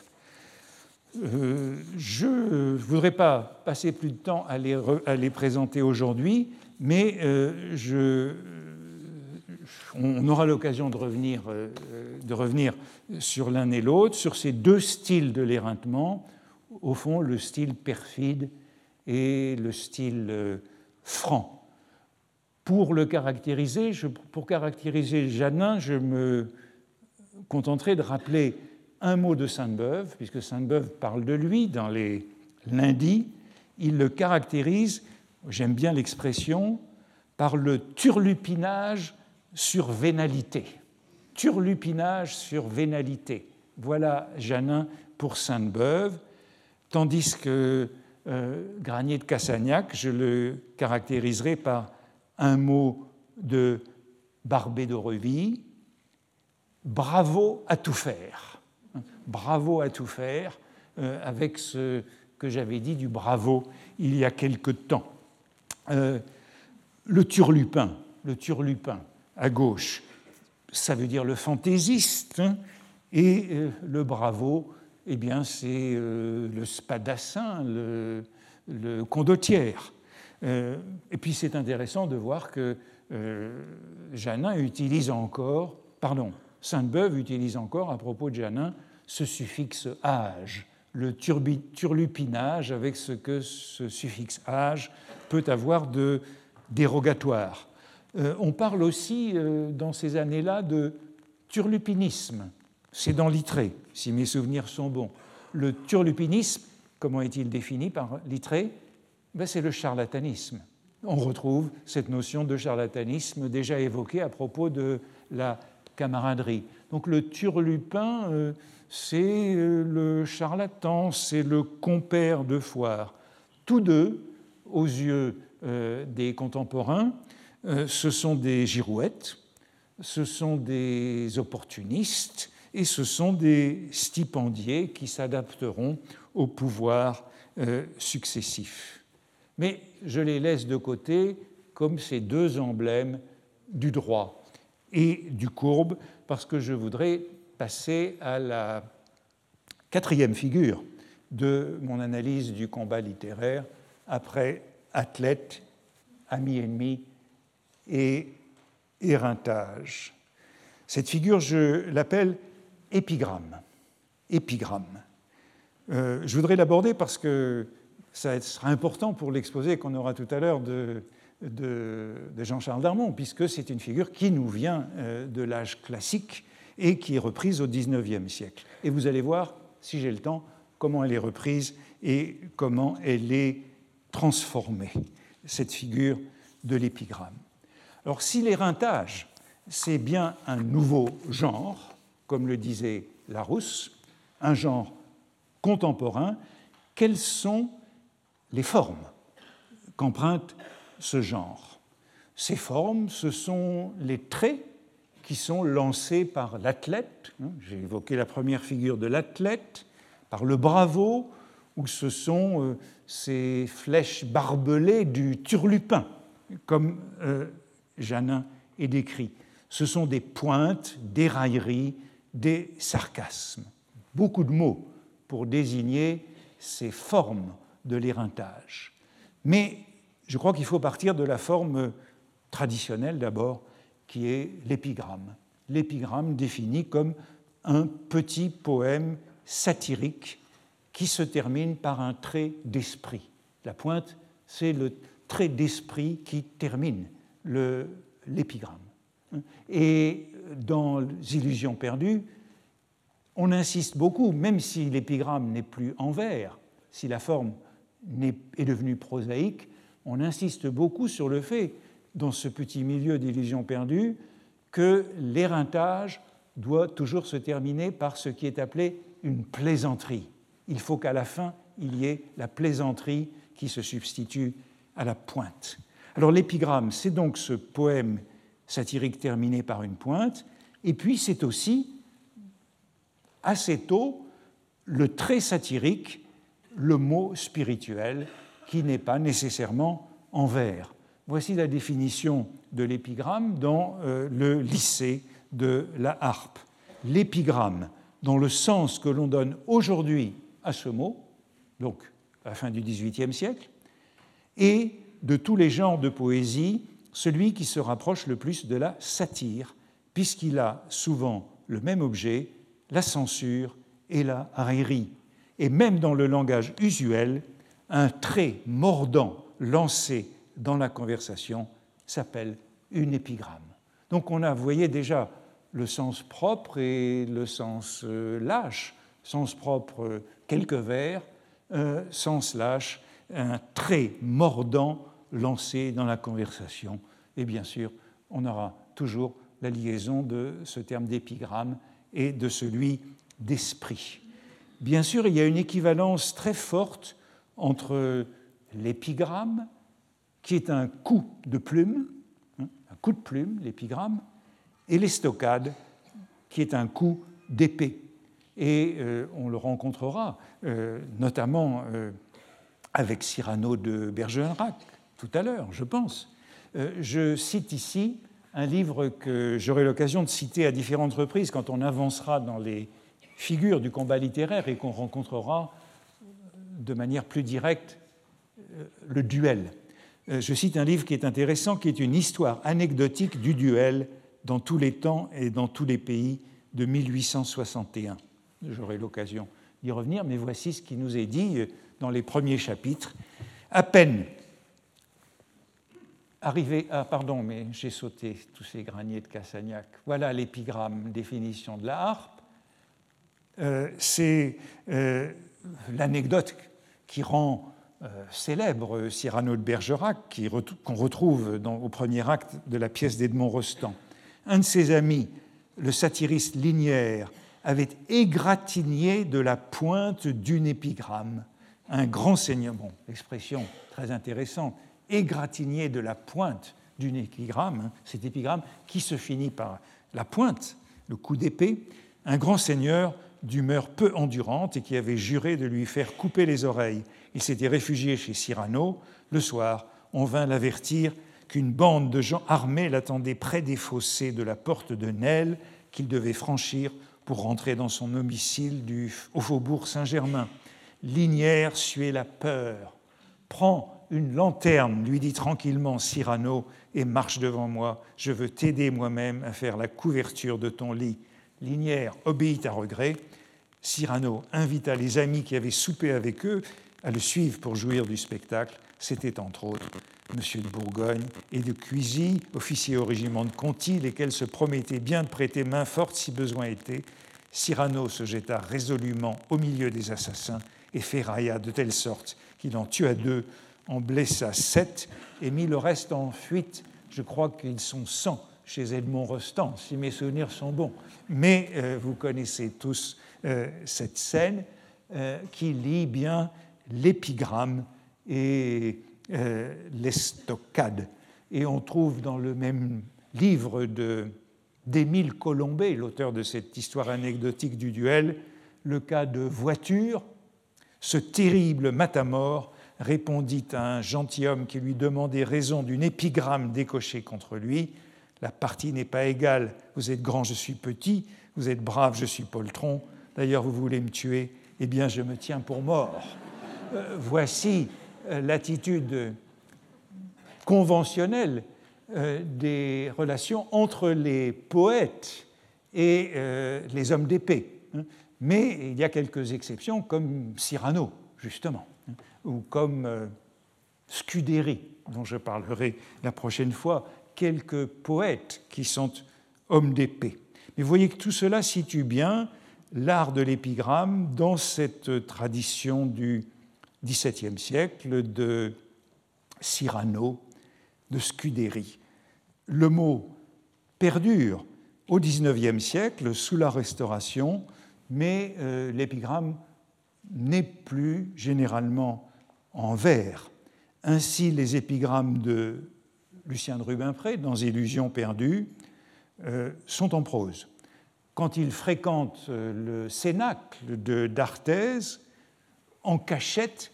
Euh, je ne voudrais pas passer plus de temps à les, re, à les présenter aujourd'hui, mais euh, je, on aura l'occasion de revenir, euh, de revenir sur l'un et l'autre, sur ces deux styles de l'éreintement, au fond le style perfide et le style euh, franc. Pour le caractériser, je, pour caractériser Janin, je me contenterai de rappeler un mot de Sainte-Beuve, puisque Sainte-Beuve parle de lui dans les lundis. Il le caractérise, j'aime bien l'expression, par le turlupinage sur vénalité. turlupinage sur vénalité. Voilà Janin pour Sainte-Beuve, tandis que euh, Granier de Cassagnac, je le caractériserai par un mot de Barbé d'Aurevilly, bravo à tout faire. Bravo à tout faire, euh, avec ce que j'avais dit du bravo il y a quelque temps. Euh, le turlupin, le turlupin à gauche, ça veut dire le fantaisiste, hein, et euh, le bravo, eh bien, c'est euh, le spadassin, le, le condottière. Euh, et puis c'est intéressant de voir que euh, Janin utilise encore, pardon, Sainte-Beuve utilise encore à propos de Janin ce suffixe âge, le turbi, turlupinage avec ce que ce suffixe âge peut avoir de dérogatoire. Euh, on parle aussi euh, dans ces années-là de turlupinisme. C'est dans Littré, si mes souvenirs sont bons. Le turlupinisme, comment est-il défini par Littré? Ben, c'est le charlatanisme. On retrouve cette notion de charlatanisme déjà évoquée à propos de la camaraderie. Donc le turlupin, euh, c'est euh, le charlatan, c'est le compère de foire. Tous deux, aux yeux euh, des contemporains, euh, ce sont des girouettes, ce sont des opportunistes et ce sont des stipendiés qui s'adapteront au pouvoir euh, successif. Mais je les laisse de côté comme ces deux emblèmes du droit et du courbe, parce que je voudrais passer à la quatrième figure de mon analyse du combat littéraire, après athlète, ami-ennemi et éreintage. Cette figure, je l'appelle épigramme. Épigramme. Euh, je voudrais l'aborder parce que ça sera important pour l'exposé qu'on aura tout à l'heure de, de, de Jean-Charles Darmon, puisque c'est une figure qui nous vient euh, de l'âge classique et qui est reprise au dix-neuvième siècle. Et vous allez voir, si j'ai le temps, comment elle est reprise et comment elle est transformée, cette figure de l'épigramme. Alors, si l'éreintage, c'est bien un nouveau genre, comme le disait Larousse, un genre contemporain, quelles sont les formes qu'emprunte ce genre? Ces formes, ce sont les traits qui sont lancés par l'athlète. J'ai évoqué la première figure de l'athlète, par le bravo, ou ce sont euh, ces flèches barbelées du turlupin, comme euh, Janin est décrit. Ce sont des pointes, des railleries, des sarcasmes. Beaucoup de mots pour désigner ces formes de l'éreintage. Mais je crois qu'il faut partir de la forme traditionnelle d'abord, qui est l'épigramme. L'épigramme défini comme un petit poème satirique qui se termine par un trait d'esprit. La pointe, c'est le trait d'esprit qui termine le, l'épigramme. Et dans les Illusions perdues, on insiste beaucoup, même si l'épigramme n'est plus en vers, si la forme est devenue prosaïque, on insiste beaucoup sur le fait, dans ce petit milieu d'illusions perdues, que l'éreintage doit toujours se terminer par ce qui est appelé une plaisanterie. Il faut qu'à la fin, il y ait la plaisanterie qui se substitue à la pointe. Alors l'épigramme, c'est donc ce poème satirique terminé par une pointe, et puis c'est aussi, assez tôt, le trait satirique, le mot spirituel, qui n'est pas nécessairement en vers. Voici la définition de l'épigramme dans euh, le lycée de la Harpe. L'épigramme, dans le sens que l'on donne aujourd'hui à ce mot, donc à la fin du dix-huitième siècle, et de tous les genres de poésie, celui qui se rapproche le plus de la satire, puisqu'il a souvent le même objet, la censure et la raillerie. Et même dans le langage usuel, un trait mordant lancé dans la conversation s'appelle une épigramme. Donc on a, vous voyez déjà, le sens propre et le sens euh, lâche. Sens propre, euh, quelques vers, euh, sens lâche, un trait mordant lancé dans la conversation. Et bien sûr, on aura toujours la liaison de ce terme d'épigramme et de celui d'esprit. Bien sûr, il y a une équivalence très forte entre l'épigramme, qui est un coup de plume, un coup de plume, l'épigramme, et l'estocade, qui est un coup d'épée. Et euh, on le rencontrera euh, notamment euh, avec Cyrano de Bergerac, tout à l'heure, je pense. Euh, je cite ici un livre que j'aurai l'occasion de citer à différentes reprises quand on avancera dans les figures du combat littéraire et qu'on rencontrera de manière plus directe euh, le duel. Euh, je cite un livre qui est intéressant, qui est une histoire anecdotique du duel dans tous les temps et dans tous les pays de mille huit cent soixante et un. J'aurai l'occasion d'y revenir, mais voici ce qui nous est dit dans les premiers chapitres. À peine arrivé à... Pardon, mais j'ai sauté tous ces graniers de Cassagnac. Voilà l'épigramme, définition de la harpe. Euh, c'est euh, l'anecdote qui rend euh, célèbre Cyrano de Bergerac, qui, qu'on retrouve dans, au premier acte de la pièce d'Edmond Rostand. Un de ses amis, le satiriste Linière, avait égratigné de la pointe d'une épigramme un grand seigneur. Bon, expression très intéressante, égratigné de la pointe d'une épigramme, hein, cet épigramme qui se finit par la pointe, le coup d'épée, un grand seigneur d'humeur peu endurante et qui avait juré de lui faire couper les oreilles. Il s'était réfugié chez Cyrano. Le soir, on vint l'avertir qu'une bande de gens armés l'attendait près des fossés de la porte de Nesle qu'il devait franchir pour rentrer dans son domicile du, au faubourg Saint-Germain. Linière suait la peur. « Prends une lanterne, lui dit tranquillement Cyrano, et marche devant moi. Je veux t'aider moi-même à faire la couverture de ton lit. » Linière obéit à regret. Cyrano invita les amis qui avaient soupé avec eux à le suivre pour jouir du spectacle. C'était entre autres M. de Bourgogne et de Cuisy, officiers au régiment de Conti, lesquels se promettaient bien de prêter main forte si besoin était. Cyrano se jeta résolument au milieu des assassins et ferrailla de telle sorte qu'il en tua deux, en blessa sept et mit le reste en fuite. Je crois qu'ils sont cent chez Edmond Rostand, si mes souvenirs sont bons. Mais euh, vous connaissez tous euh, cette scène euh, qui lie bien l'épigramme et euh, l'estocade. Et on trouve dans le même livre de, d'Émile Colombet, l'auteur de cette histoire anecdotique du duel, le cas de Voiture. Ce terrible matamor répondit à un gentilhomme qui lui demandait raison d'une épigramme décochée contre lui. La partie n'est pas égale. Vous êtes grand, je suis petit. Vous êtes brave, je suis poltron. D'ailleurs, vous voulez me tuer. Eh bien, je me tiens pour mort. Euh, voici euh, l'attitude conventionnelle euh, des relations entre les poètes et euh, les hommes d'épée. Hein. Mais il y a quelques exceptions, comme Cyrano, justement, hein, ou comme euh, Scudéry, dont je parlerai la prochaine fois, quelques poètes qui sont hommes d'épée. Mais vous voyez que tout cela situe bien l'art de l'épigramme dans cette tradition du dix-septième siècle de Cyrano, de Scudéry. Le mot perdure au dix-neuvième siècle, sous la Restauration, mais euh, l'épigramme n'est plus généralement en vers. Ainsi, les épigrammes de Lucien de Rubempré, dans Illusions perdues, euh, sont en prose. Quand il fréquente euh, le cénacle de d'Arthez, en cachette,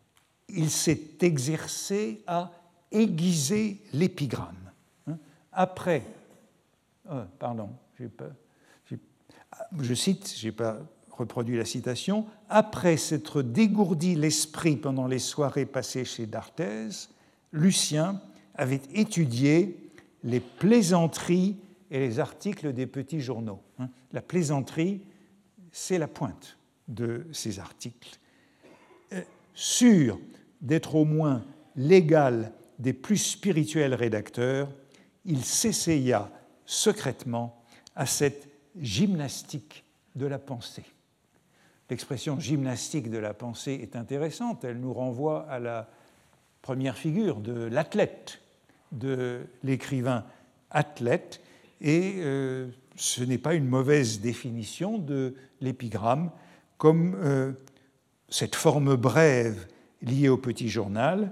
il s'est exercé à aiguiser l'épigramme. Hein. Après, euh, pardon, j'ai pas, j'ai, je cite, je n'ai pas reproduit la citation, après s'être dégourdi l'esprit pendant les soirées passées chez d'Arthez, Lucien avait étudié les plaisanteries et les articles des petits journaux. La plaisanterie, c'est la pointe de ces articles. Sûr d'être au moins l'égal des plus spirituels rédacteurs, il s'essaya secrètement à cette gymnastique de la pensée. L'expression gymnastique de la pensée est intéressante, elle nous renvoie à la première figure de l'athlète, de l'écrivain athlète, et euh, ce n'est pas une mauvaise définition de l'épigramme comme euh, cette forme brève liée au petit journal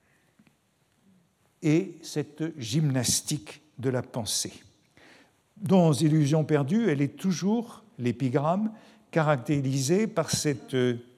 et cette gymnastique de la pensée. Dans Illusions perdues, elle est toujours, l'épigramme, caractérisée par cette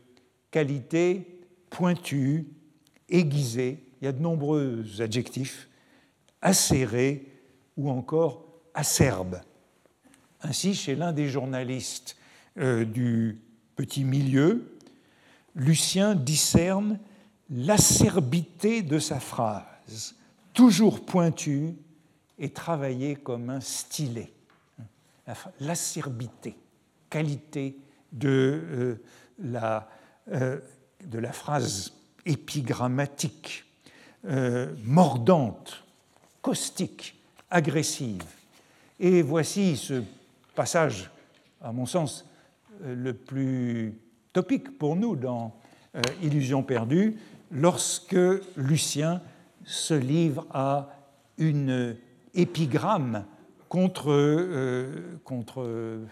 qualité pointue, aiguisée, il y a de nombreux adjectifs, acérée ou encore acerbe. Ainsi, chez l'un des journalistes euh, du petit milieu, Lucien discerne l'acerbité de sa phrase, toujours pointue et travaillée comme un stylet. L'acerbité, qualité de, euh, la, euh, de la phrase épigrammatique, euh, mordante, caustique, agressive. Et voici ce passage, à mon sens, le plus topique pour nous dans euh, Illusions perdues, lorsque Lucien se livre à une épigramme contre, euh, contre euh,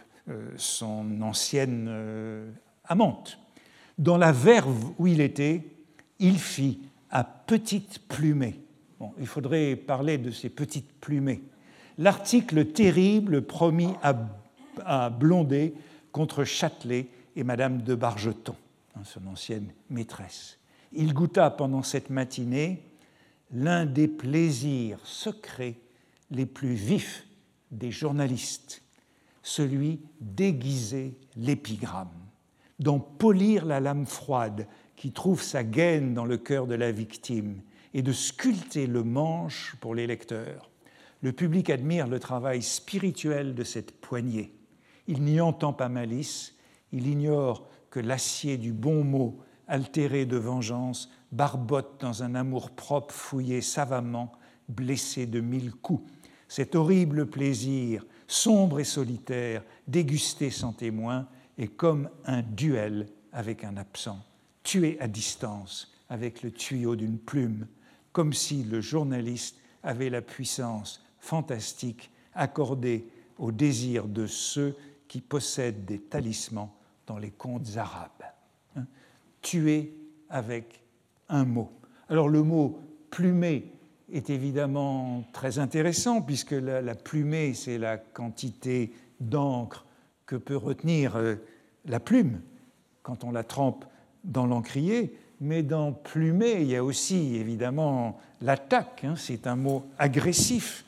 son ancienne euh, amante. Dans la verve où il était, il fit à petites plumées. Bon, il faudrait parler de ces petites plumées. L'article terrible promis à, à Blondet contre Châtelet et Madame de Bargeton, son ancienne maîtresse. Il goûta pendant cette matinée l'un des plaisirs secrets les plus vifs des journalistes, celui d'aiguiser l'épigramme, d'en polir la lame froide qui trouve sa gaine dans le cœur de la victime et de sculpter le manche pour les lecteurs. Le public admire le travail spirituel de cette poignée. Il n'y entend pas malice, il ignore que l'acier du bon mot, altéré de vengeance, barbote dans un amour-propre fouillé savamment, blessé de mille coups. Cet horrible plaisir, sombre et solitaire, dégusté sans témoin, est comme un duel avec un absent, tué à distance avec le tuyau d'une plume, comme si le journaliste avait la puissance fantastique accordée au désir de ceux qui possèdent des talismans dans les contes arabes. Hein? Tué avec un mot. Alors le mot plumé est évidemment très intéressant puisque la, la plumée, c'est la quantité d'encre que peut retenir euh, la plume quand on la trempe dans l'encrier, mais dans plumé, il y a aussi évidemment l'attaque, hein, c'est un mot agressif.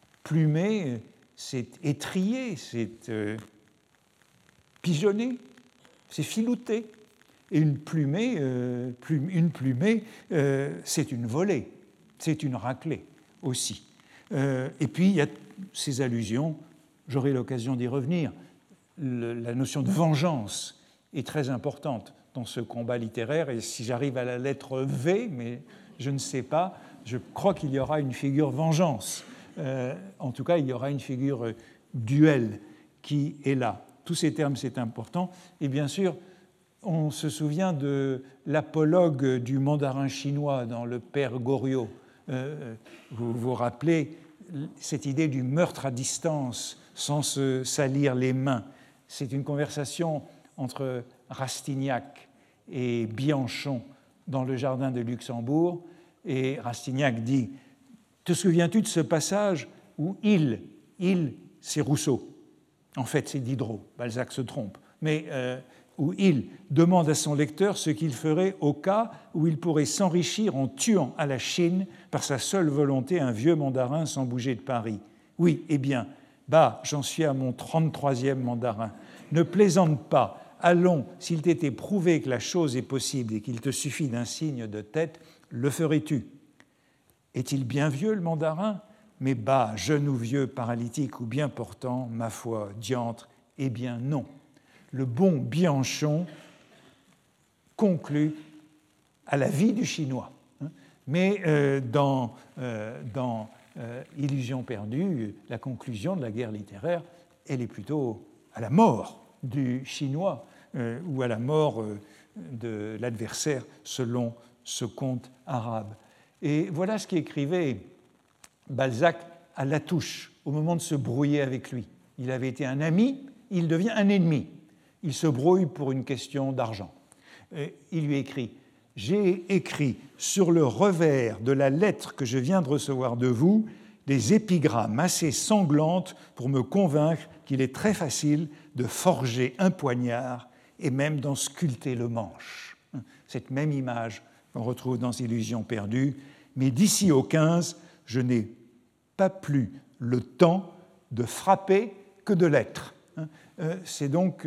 Plumé, c'est étrier, c'est euh, pigeonner, c'est filouter. Et une plumée, euh, plume, une plumée euh, c'est une volée, c'est une raclée aussi. Euh, et puis, il y a ces allusions, j'aurai l'occasion d'y revenir. Le, la notion de vengeance est très importante dans ce combat littéraire, et si j'arrive à la lettre V, mais je ne sais pas, je crois qu'il y aura une figure vengeance. Euh, en tout cas, il y aura une figure euh, duel qui est là. Tous ces termes, c'est important. Et bien sûr, on se souvient de l'apologue du mandarin chinois dans le Père Goriot. Euh, vous vous rappelez cette idée du meurtre à distance sans se salir les mains. C'est une conversation entre Rastignac et Bianchon dans le jardin de Luxembourg. Et Rastignac dit « Te souviens-tu de ce passage où il, il, c'est Rousseau. En fait, c'est Diderot. Balzac se trompe. Mais euh, où il demande à son lecteur ce qu'il ferait au cas où il pourrait s'enrichir en tuant à la Chine par sa seule volonté un vieux mandarin sans bouger de Paris. Oui, eh bien, bah, j'en suis à mon trente-troisième mandarin. Ne plaisante pas. Allons, s'il t'était prouvé que la chose est possible et qu'il te suffit d'un signe de tête, le ferais-tu? Est-il bien vieux, le mandarin? Mais bah, jeune ou vieux, paralytique ou bien portant, ma foi, diantre, eh bien non. Le bon Bianchon conclut à la vie du Chinois. Mais euh, dans, euh, dans euh, Illusions perdues, la conclusion de la guerre littéraire, elle est plutôt à la mort du Chinois euh, ou à la mort euh, de l'adversaire selon ce conte arabe. Et voilà ce qu'écrivait Balzac à Latouche au moment de se brouiller avec lui. Il avait été un ami, il devient un ennemi. Il se brouille pour une question d'argent. Et il lui écrit « J'ai écrit sur le revers de la lettre que je viens de recevoir de vous des épigrammes assez sanglantes pour me convaincre qu'il est très facile de forger un poignard et même d'en sculpter le manche. » Cette même image qu'on retrouve dans Illusions perdues. Mais d'ici au quinze, je n'ai pas plus le temps de frapper que de l'être. C'est donc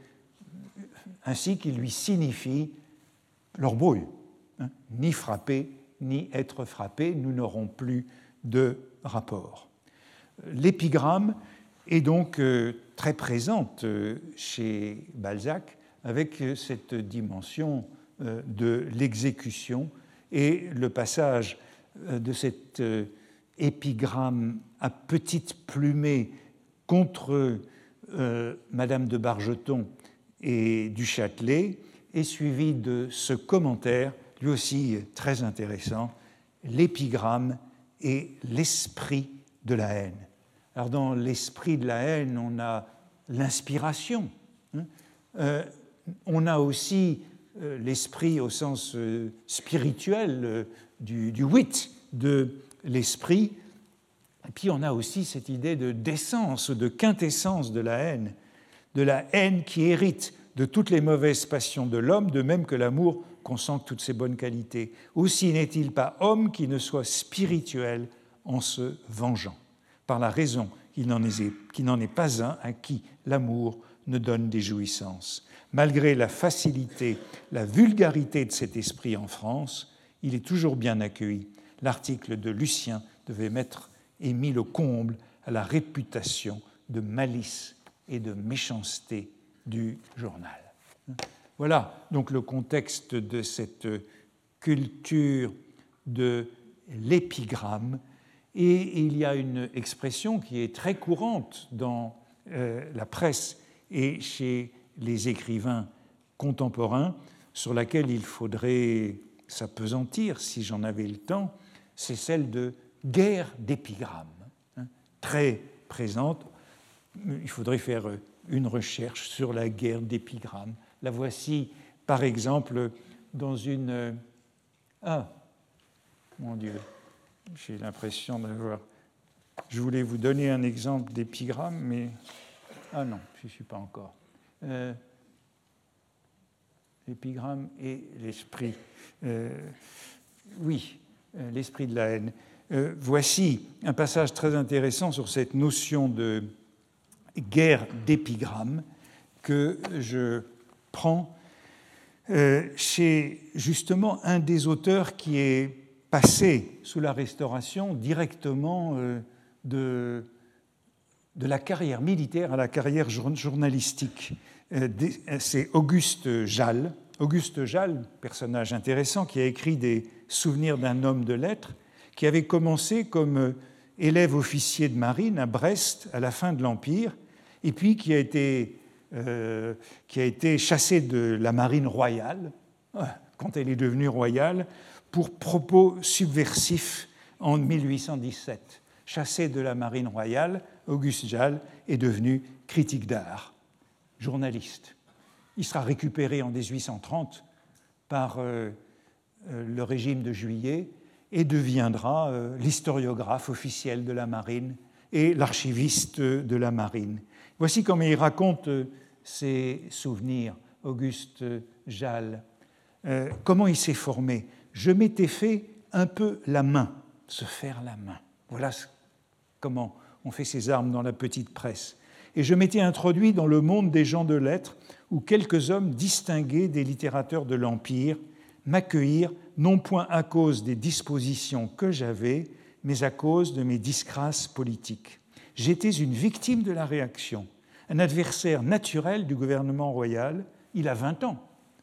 ainsi qu'il lui signifie leur brouille. Ni frapper, ni être frappé, nous n'aurons plus de rapport. L'épigramme est donc très présente chez Balzac avec cette dimension de l'exécution et le passage de cet épigramme à petite plumée contre euh, Madame de Bargeton et du Châtelet est suivi de ce commentaire, lui aussi très intéressant, l'épigramme et l'esprit de la haine. Alors dans l'esprit de la haine, on a l'inspiration, hein, euh, on a aussi euh, l'esprit au sens euh, spirituel euh, du, du wit, de l'esprit. Et puis on a aussi cette idée de d'essence, de quintessence de la haine, de la haine qui hérite de toutes les mauvaises passions de l'homme, de même que l'amour concentre toutes ses bonnes qualités. Aussi n'est-il pas homme qui ne soit spirituel en se vengeant, par la raison qu'il n'en est, qu'il n'en est pas un à qui l'amour ne donne des jouissances. Malgré la facilité, la vulgarité de cet esprit en France, il est toujours bien accueilli. L'article de Lucien devait mettre et mis le comble à la réputation de malice et de méchanceté du journal. Voilà donc le contexte de cette culture de l'épigramme. Et il y a une expression qui est très courante dans euh, la presse et chez les écrivains contemporains, sur laquelle il faudrait s'appesantir si j'en avais le temps, c'est celle de guerre d'épigramme, hein, très présente. Il faudrait faire une recherche sur la guerre d'épigramme. La voici, par exemple, dans une... Ah, mon Dieu, j'ai l'impression d'avoir... Je voulais vous donner un exemple d'épigramme, mais... Ah non, je ne suis pas encore. Euh... L'épigramme et l'esprit. Euh... Oui, l'esprit de la haine. Euh, voici un passage très intéressant sur cette notion de guerre d'épigramme que je prends euh, chez justement un des auteurs qui est passé sous la Restauration directement euh, de, de la carrière militaire à la carrière journalistique. Euh, c'est Auguste Jalles. Auguste Jalles, personnage intéressant, qui a écrit des souvenirs d'un homme de lettres, qui avait commencé comme élève officier de marine à Brest à la fin de l'Empire, et puis qui a été, euh, qui a été chassé de la marine royale, quand elle est devenue royale, pour propos subversifs en mille huit cent dix-sept. Chassé de la marine royale, Auguste Jalles est devenu critique d'art, journaliste. Il sera récupéré en dix-huit cent trente par euh, le régime de Juillet et deviendra euh, l'historiographe officiel de la marine et l'archiviste de la marine. Voici comment il raconte euh, ses souvenirs, Auguste Jalles. Euh, comment il s'est formé. Je m'étais fait un peu la main, se faire la main. Voilà comment on fait ses armes dans la petite presse. Et je m'étais introduit dans le monde des gens de lettres où quelques hommes distingués des littérateurs de l'Empire m'accueillirent non point à cause des dispositions que j'avais, mais à cause de mes disgrâces politiques. J'étais une victime de la réaction, un adversaire naturel du gouvernement royal. Il a vingt ans.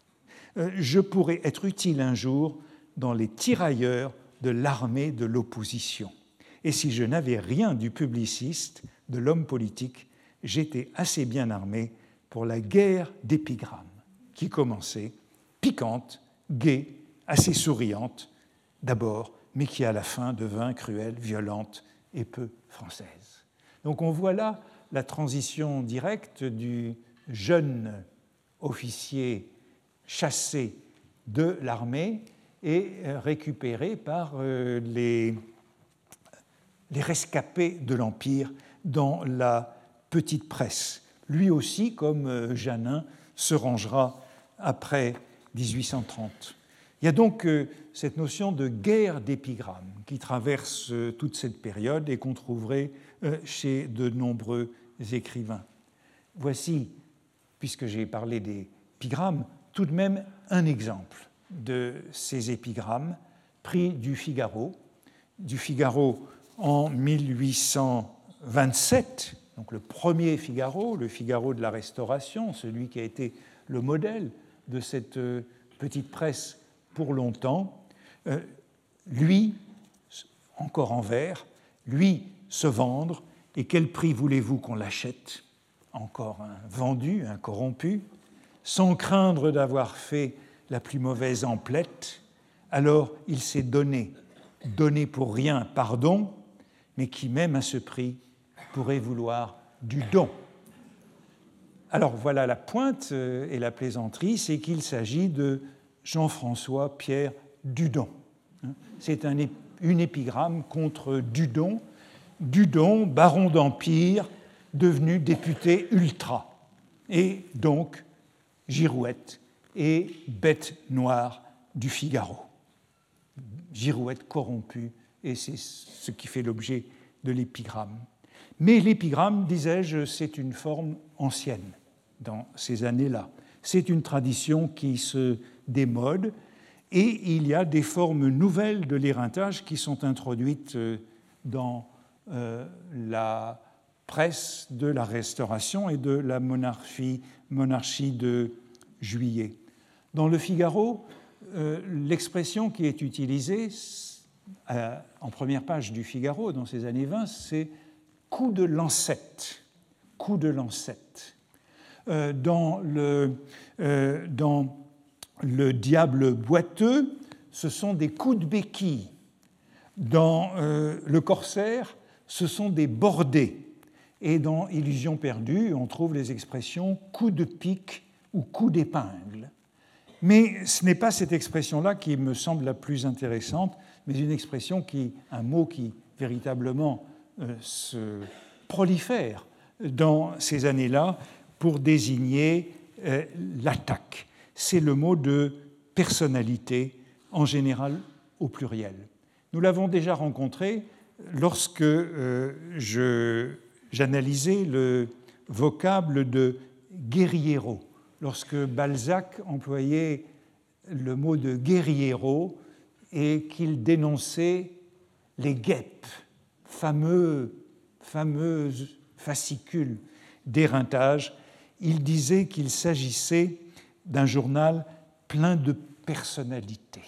Je pourrais être utile un jour dans les tirailleurs de l'armée de l'opposition. Et si je n'avais rien du publiciste, de l'homme politique, j'étais assez bien armé pour la guerre d'épigramme qui commençait, piquante, gaie, assez souriante d'abord, mais qui à la fin devint cruelle, violente et peu française. Donc on voit là la transition directe du jeune officier chassé de l'armée et récupéré par les, les rescapés de l'Empire dans la petite presse. Lui aussi, comme Jeannin, se rangera après dix-huit cent trente. Il y a donc cette notion de guerre d'épigramme qui traverse toute cette période et qu'on trouverait chez de nombreux écrivains. Voici, puisque j'ai parlé des épigrammes, tout de même un exemple de ces épigrammes pris du Figaro, du Figaro en mille huit cent vingt-sept, donc le premier Figaro, le Figaro de la Restauration, celui qui a été le modèle de cette petite presse pour longtemps. Euh, lui, encore en vers, lui se vendre, et quel prix voulez-vous qu'on l'achète? Encore un vendu, un corrompu, sans craindre d'avoir fait la plus mauvaise emplette, alors il s'est donné, donné pour rien pardon, mais qui même à ce prix pourrait vouloir du don. Alors voilà la pointe et la plaisanterie, c'est qu'il s'agit de Jean-François Pierre Dudon. C'est un, une épigramme contre Dudon, Dudon, baron d'Empire, devenu député ultra, et donc Girouette et bête noire du Figaro. Girouette corrompue, et c'est ce qui fait l'objet de l'épigramme. Mais l'épigramme, disais-je, c'est une forme ancienne dans ces années-là. C'est une tradition qui se démode, et il y a des formes nouvelles de l'éreintage qui sont introduites dans euh, la presse de la Restauration et de la monarchie, monarchie de Juillet. Dans le Figaro, euh, l'expression qui est utilisée euh, en première page du Figaro dans ces années vingt, c'est « coup de lancette ». Coup de lancette. Euh, dans, le, euh, dans le Diable boiteux, ce sont des coups de béquille. Dans euh, le Corsaire, ce sont des bordées. Et dans Illusion perdue, on trouve les expressions coup de pique ou coup d'épingle. Mais ce n'est pas cette expression-là qui me semble la plus intéressante, mais une expression qui, un mot qui véritablement euh, se prolifère dans ces années-là pour désigner euh, l'attaque. C'est le mot de personnalité, en général au pluriel. Nous l'avons déjà rencontré lorsque euh, je, j'analysais le vocable de guerriero, lorsque Balzac employait le mot de guerriero et qu'il dénonçait les guêpes, fameux, fameuses fascicules d'éreintage. Il disait qu'il s'agissait d'un journal plein de personnalité.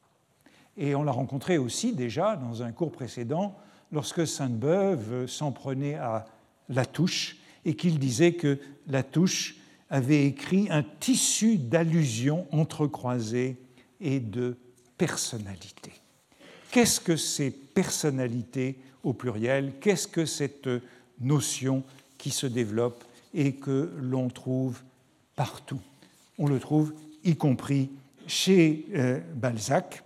Et on l'a rencontré aussi déjà dans un cours précédent lorsque Sainte-Beuve s'en prenait à Latouche et qu'il disait que Latouche avait écrit un tissu d'allusions entrecroisées et de personnalités. Qu'est-ce que ces personnalités au pluriel? Qu'est-ce que cette notion qui se développe et que l'on trouve partout? On le trouve y compris chez euh, Balzac,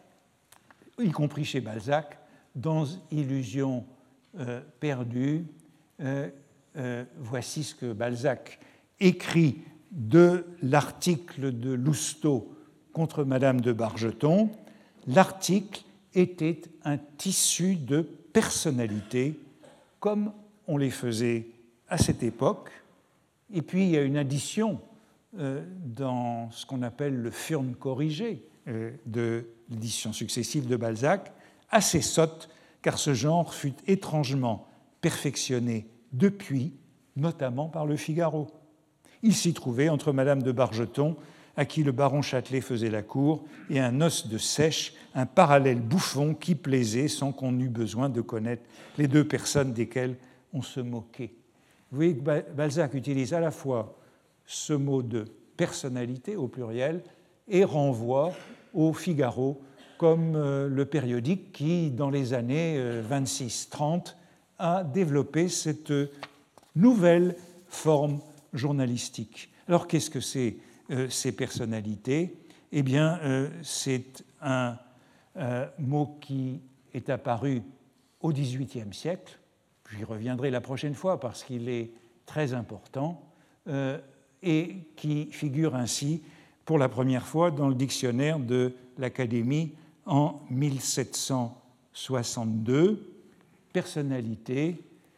y compris chez Balzac, dans Illusion euh, perdue. Euh, euh, voici ce que Balzac écrit de l'article de Lousteau contre Madame de Bargeton. L'article était un tissu de personnalité, comme on les faisait à cette époque. Et puis, il y a une addition euh, dans ce qu'on appelle le Furne corrigé euh, de l'édition successive de Balzac, assez sotte, car ce genre fut étrangement perfectionné depuis, notamment par le Figaro. Il s'y trouvait, entre Madame de Bargeton, à qui le baron Châtelet faisait la cour, et un os de sèche, un parallèle bouffon qui plaisait sans qu'on eût besoin de connaître les deux personnes desquelles on se moquait. Vous voyez que Balzac utilise à la fois ce mot de personnalité au pluriel et renvoie au Figaro comme le périodique qui, dans les années vingt-six trente, a développé cette nouvelle forme journalistique. Alors, qu'est-ce que c'est euh, ces personnalités? Eh bien, euh, c'est un euh, mot qui est apparu au dix-huitième siècle. J'y reviendrai la prochaine fois parce qu'il est très important euh, et qui figure ainsi pour la première fois dans le dictionnaire de l'Académie en mille sept cent soixante-deux. Personnalité,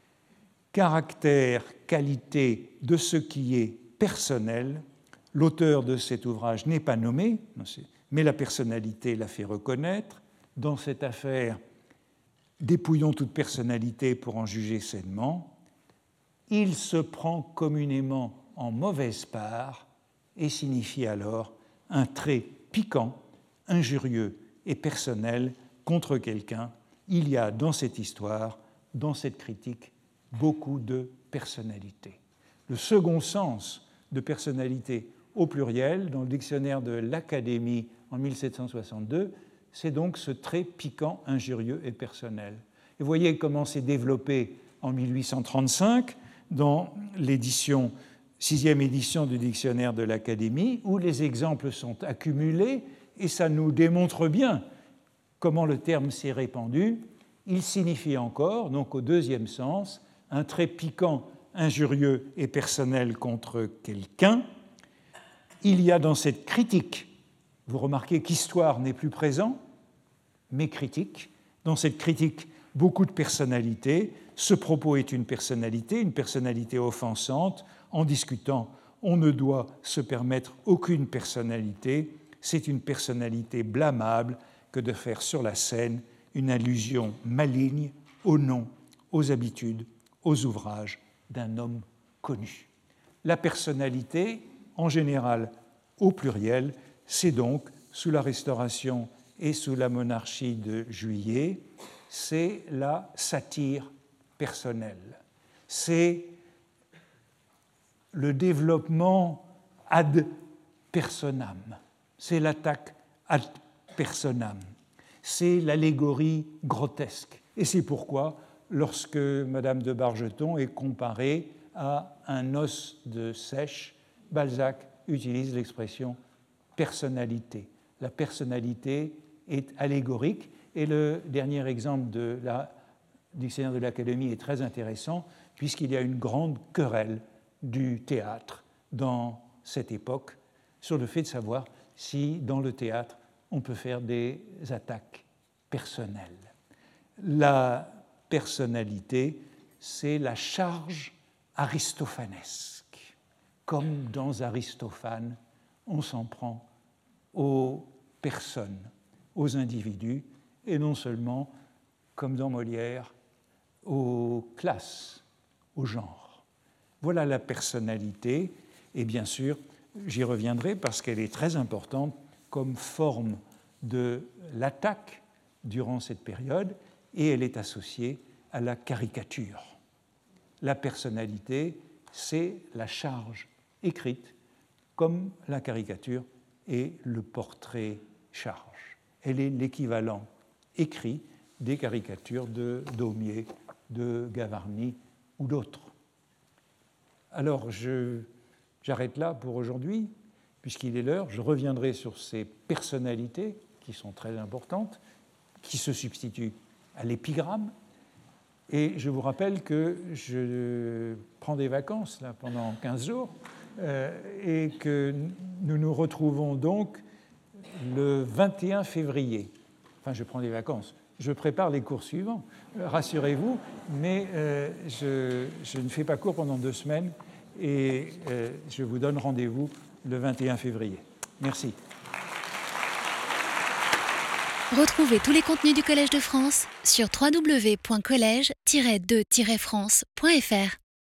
caractère, qualité de ce qui est personnel. L'auteur de cet ouvrage n'est pas nommé, mais la personnalité l'a fait reconnaître. Dans cette affaire, dépouillons toute personnalité pour en juger sainement. Il se prend communément en mauvaise part et signifie alors un trait piquant, injurieux et personnel contre quelqu'un. Il y a dans cette histoire, dans cette critique, beaucoup de personnalité. Le second sens de personnalité au pluriel, dans le dictionnaire de l'Académie en mille sept cent soixante-deux, c'est donc ce trait piquant, injurieux et personnel. Et vous voyez comment c'est développé en mille huit cent trente-cinq dans l'édition, sixième édition du dictionnaire de l'Académie, où les exemples sont accumulés et ça nous démontre bien comment le terme s'est répandu. Il signifie encore, donc au deuxième sens, un trait piquant, injurieux et personnel contre quelqu'un. Il y a dans cette critique, vous remarquez qu'histoire n'est plus présent, mais critique. Dans cette critique, beaucoup de personnalités. Ce propos est une personnalité, une personnalité offensante. En discutant, on ne doit se permettre aucune personnalité. C'est une personnalité blâmable que de faire sur la scène une allusion maligne au nom, aux habitudes, aux ouvrages d'un homme connu. La personnalité, en général au pluriel, c'est donc, sous la Restauration et sous la monarchie de Juillet, c'est la satire personnelle. C'est le développement ad personam. C'est l'attaque ad personam. C'est l'allégorie grotesque. Et c'est pourquoi, lorsque Madame de Bargeton est comparée à un os de seiche, Balzac utilise l'expression personnalité. La personnalité est allégorique. Et le dernier exemple de la dictionnaire de l'Académie est très intéressant, puisqu'il y a une grande querelle du théâtre dans cette époque sur le fait de savoir si, dans le théâtre, on peut faire des attaques personnelles. La personnalité, c'est la charge aristophanesque. Comme dans Aristophane, on s'en prend aux personnes, aux individus, et non seulement, comme dans Molière, aux classes, aux genres. Voilà la personnalité, et bien sûr, j'y reviendrai parce qu'elle est très importante comme forme de l'attaque durant cette période, et elle est associée à la caricature. La personnalité, c'est la charge écrite, comme la caricature est le portrait-charge. Elle est l'équivalent écrit des caricatures de Daumier, de Gavarni ou d'autres. Alors, je, j'arrête là pour aujourd'hui, puisqu'il est l'heure. Je reviendrai sur ces personnalités qui sont très importantes, qui se substituent à l'épigramme. Et je vous rappelle que je prends des vacances là, pendant quinze jours euh, et que nous nous retrouvons donc le vingt et un février. Enfin, je prends des vacances. Je prépare les cours suivants, euh, rassurez-vous, mais euh, je, je ne fais pas cours pendant deux semaines et euh, je vous donne rendez-vous le vingt et un février. Merci. Retrouvez tous les contenus du Collège de France sur w w w point collège tiret de tiret france point f r.